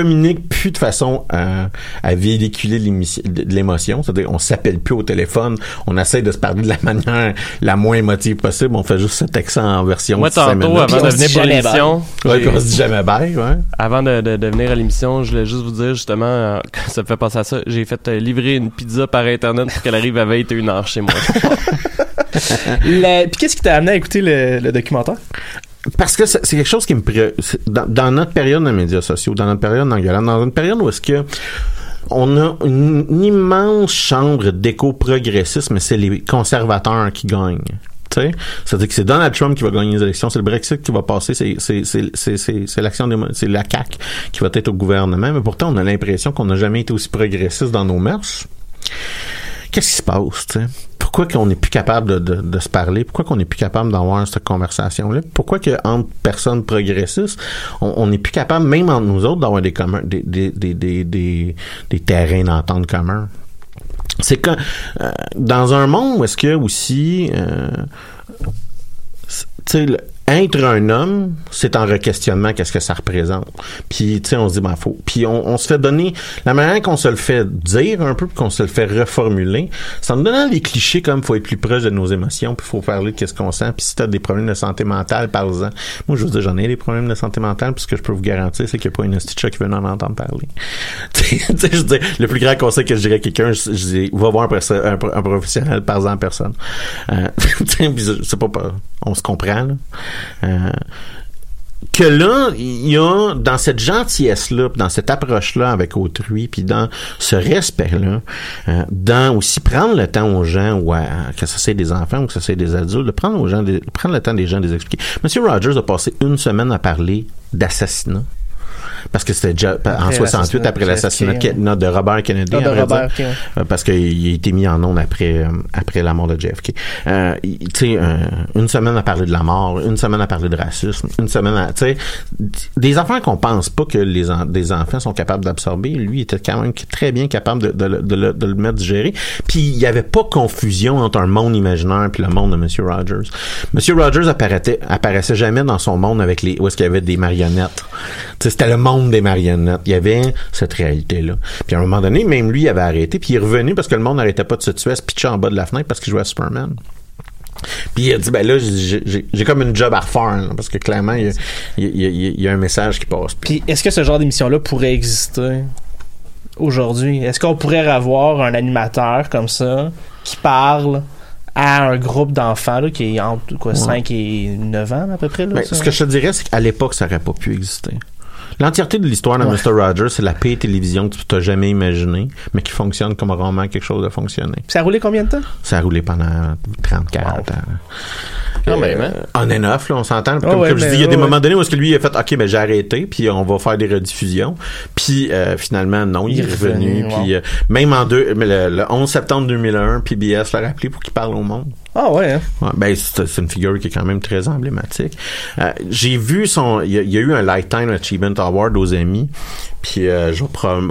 à véhiculer l'émotion, c'est-à-dire on s'appelle plus au téléphone, on essaie de se parler de la manière la moins émotive possible, on fait juste ce texte en version. Moi tantôt avant de venir pour l'émission, puis on se dit jamais bye, ouais. Avant de venir à l'émission, je voulais juste vous dire justement, ça me fait penser à ça, j'ai fait livrer une pizza par internet pour qu'elle arrive à 21h chez moi. Puis qu'est-ce qui t'a amené à écouter le documentaire? Parce que c'est quelque chose qui me dans notre période de médias sociaux, dans notre période d'engueulade, dans une période où est-ce que on a une immense chambre d'éco-progressisme, mais c'est les conservateurs qui gagnent. T'sais? C'est-à-dire que c'est Donald Trump qui va gagner les élections, c'est le Brexit qui va passer, c'est l'action c'est la CAQ qui va être au gouvernement, mais pourtant on a l'impression qu'on n'a jamais été aussi progressiste dans nos mœurs. Qu'est-ce qui se passe, tu sais? Pourquoi qu'on n'est plus capable de se parler? Pourquoi qu'on n'est plus capable d'avoir cette conversation-là? Pourquoi que entre personnes progressistes, on n'est plus capable, même entre nous autres, d'avoir des terrains d'entente communs? C'est que dans un monde où est-ce que aussi tu sais, être un homme, c'est en requestionnement qu'est-ce que ça représente. Puis, tu sais, on se dit, faut. Puis, on se fait donner, la manière qu'on se le fait dire un peu, puis qu'on se le fait reformuler, c'est en nous donnant des clichés comme faut être plus proche de nos émotions, puis faut parler de qu'est-ce qu'on sent, puis si t'as des problèmes de santé mentale, parle-en. Moi, je veux dire, j'en ai des problèmes de santé mentale, puis ce que je peux vous garantir, c'est qu'il n'y a pas une hostie de chat qui veut en entendre parler. Tu sais, je veux dire, le plus grand conseil que je dirais à quelqu'un, je dis, va voir un professionnel, parle-en à personne. C'est pas, on se comprend, là. Que là, il y a dans cette gentillesse-là, dans cette approche-là avec autrui, puis dans ce respect-là, dans aussi prendre le temps aux gens, ou que ce soit des enfants ou que ce soit des adultes, de prendre le temps des gens de les expliquer. M. Rogers a passé une semaine à parler d'assassinat. Parce que c'était déjà en 68 après l'assassinat de Robert Kennedy, parce qu'il a été mis en onde après la mort de JFK. Tu sais, une semaine à parler de la mort, une semaine à parler de racisme, une semaine à, tu sais, des affaires qu'on pense pas que des enfants sont capables d'absorber. Lui, il était quand même très bien capable de le mettre digérer. Puis il y avait pas confusion entre un monde imaginaire puis le monde de M. Rogers. M. Rogers apparaissait jamais dans son monde avec où est-ce qu'il y avait des marionnettes. Tu sais, c'était le monde des marionnettes. Il y avait cette réalité-là. Puis à un moment donné, même lui, il avait arrêté, puis il est revenu parce que le monde n'arrêtait pas de se tuer, à se pitcher en bas de la fenêtre parce qu'il jouait à Superman. Puis il a dit, ben là, j'ai comme une job à refaire, là, parce que clairement, il y a un message qui passe. Puis est-ce que ce genre d'émission-là pourrait exister aujourd'hui? Est-ce qu'on pourrait avoir un animateur comme ça qui parle à un groupe d'enfants là, qui est entre 5 et 9 ans à peu près? Là, ben, ce que je te dirais, c'est qu'à l'époque, ça n'aurait pas pu exister. L'entièreté de l'histoire de Mr. Rogers, c'est la pire télévision que tu t'as jamais imaginée, mais qui fonctionne comme rarement quelque chose de fonctionner. Ça a roulé combien de temps? Ça a roulé pendant 30-40 ans. Quand même, hein? On and off, là, on s'entend. Comme je dis, il y a des moments donnés où est-ce que lui il a fait, OK, ben j'ai arrêté, puis on va faire des rediffusions. Puis finalement, non, il est revenu. Puis même le 11 septembre 2001, PBS l'a rappelé pour qu'il parle au monde. Ah ouais, hein? Ouais, ben c'est une figure qui est quand même très emblématique. J'ai vu il y a eu un Lifetime Achievement Award aux Emmy. Puis le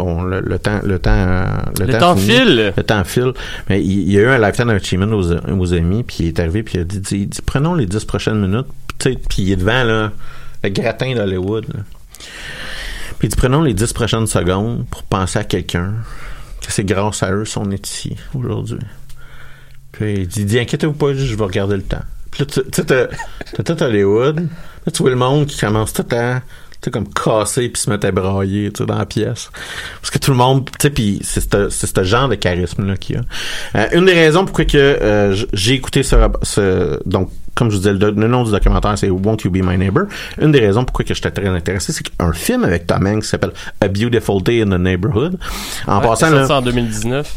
temps file. Mais il y a eu un Lifetime Achievement aux Emmy, puis il est arrivé, puis il a dit prenons les 10 prochaines minutes, tu sais, puis il est devant là, le gratin d'Hollywood. Là. Puis il dit prenons les 10 prochaines secondes pour penser à quelqu'un que c'est grâce à eux si on est ici aujourd'hui. Puis il dit inquiétez-vous pas, je vais regarder le temps. Puis là, tu sais, t'as tout Hollywood. Là, tu vois le monde qui commence tout à, tu sais, comme casser puis se mettre à brailler, tu sais, dans la pièce. Parce que tout le monde, tu sais, puis c'est ce genre de charisme-là qu'il y a. Une des raisons pourquoi que j'ai écouté donc comme je vous disais, le nom du documentaire, c'est Won't You Be My Neighbor. Une des raisons pourquoi que j'étais très intéressé, c'est qu'un film avec Tom Hanks qui s'appelle A Beautiful Day in the Neighborhood. En passant, là, en 2019.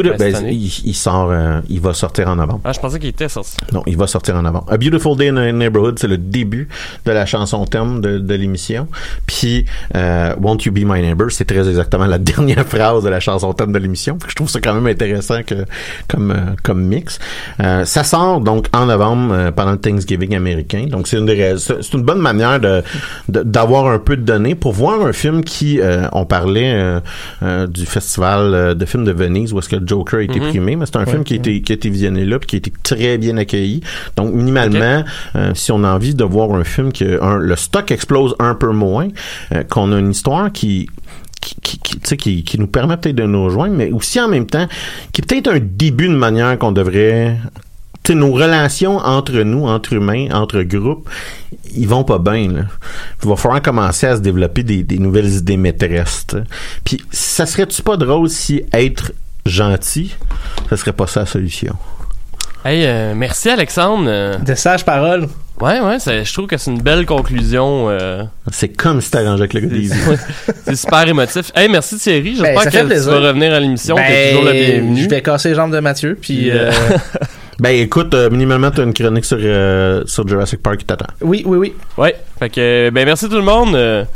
Il va sortir en novembre. Ah, je pensais qu'il était sorti. Non, il va sortir en novembre. A Beautiful Day in the Neighborhood, c'est le début de la chanson thème de l'émission. Puis Won't You Be My Neighbor, c'est très exactement la dernière phrase de la chanson thème de l'émission. Je trouve ça quand même intéressant comme mix. Ça sort donc en novembre pendant le Thanksgiving américain. Donc c'est une bonne manière d'avoir un peu de données pour voir un film qui on parlait du festival de films de Venise où est-ce que le Joker a été primé, mais c'est un film qui a été visionné là puis qui a été très bien accueilli. Donc minimalement si on a envie de voir un film que le stock explose un peu moins, qu'on a une histoire qui nous permet peut-être de nous rejoindre, mais aussi en même temps qui est peut-être un début de manière qu'on devrait... nos relations entre nous, entre humains, entre groupes, ils vont pas bien, là. Il va falloir commencer à se développer des nouvelles idées maîtresses. Puis ça serait-tu pas drôle si être gentil, ça serait pas ça la solution? Hey, merci Alexandre. De sages paroles. Ouais, je trouve que c'est une belle conclusion. C'est comme si t'arrangeais avec le gars des C'est super émotif. Hey, merci Thierry. J'espère que tu vas revenir à l'émission. T'es toujours le bienvenu. Je vais casser les jambes de Mathieu, puis... Ben écoute, minimalement t'as une chronique sur Jurassic Park qui t'attend. Oui. Ouais. Fait que merci tout le monde.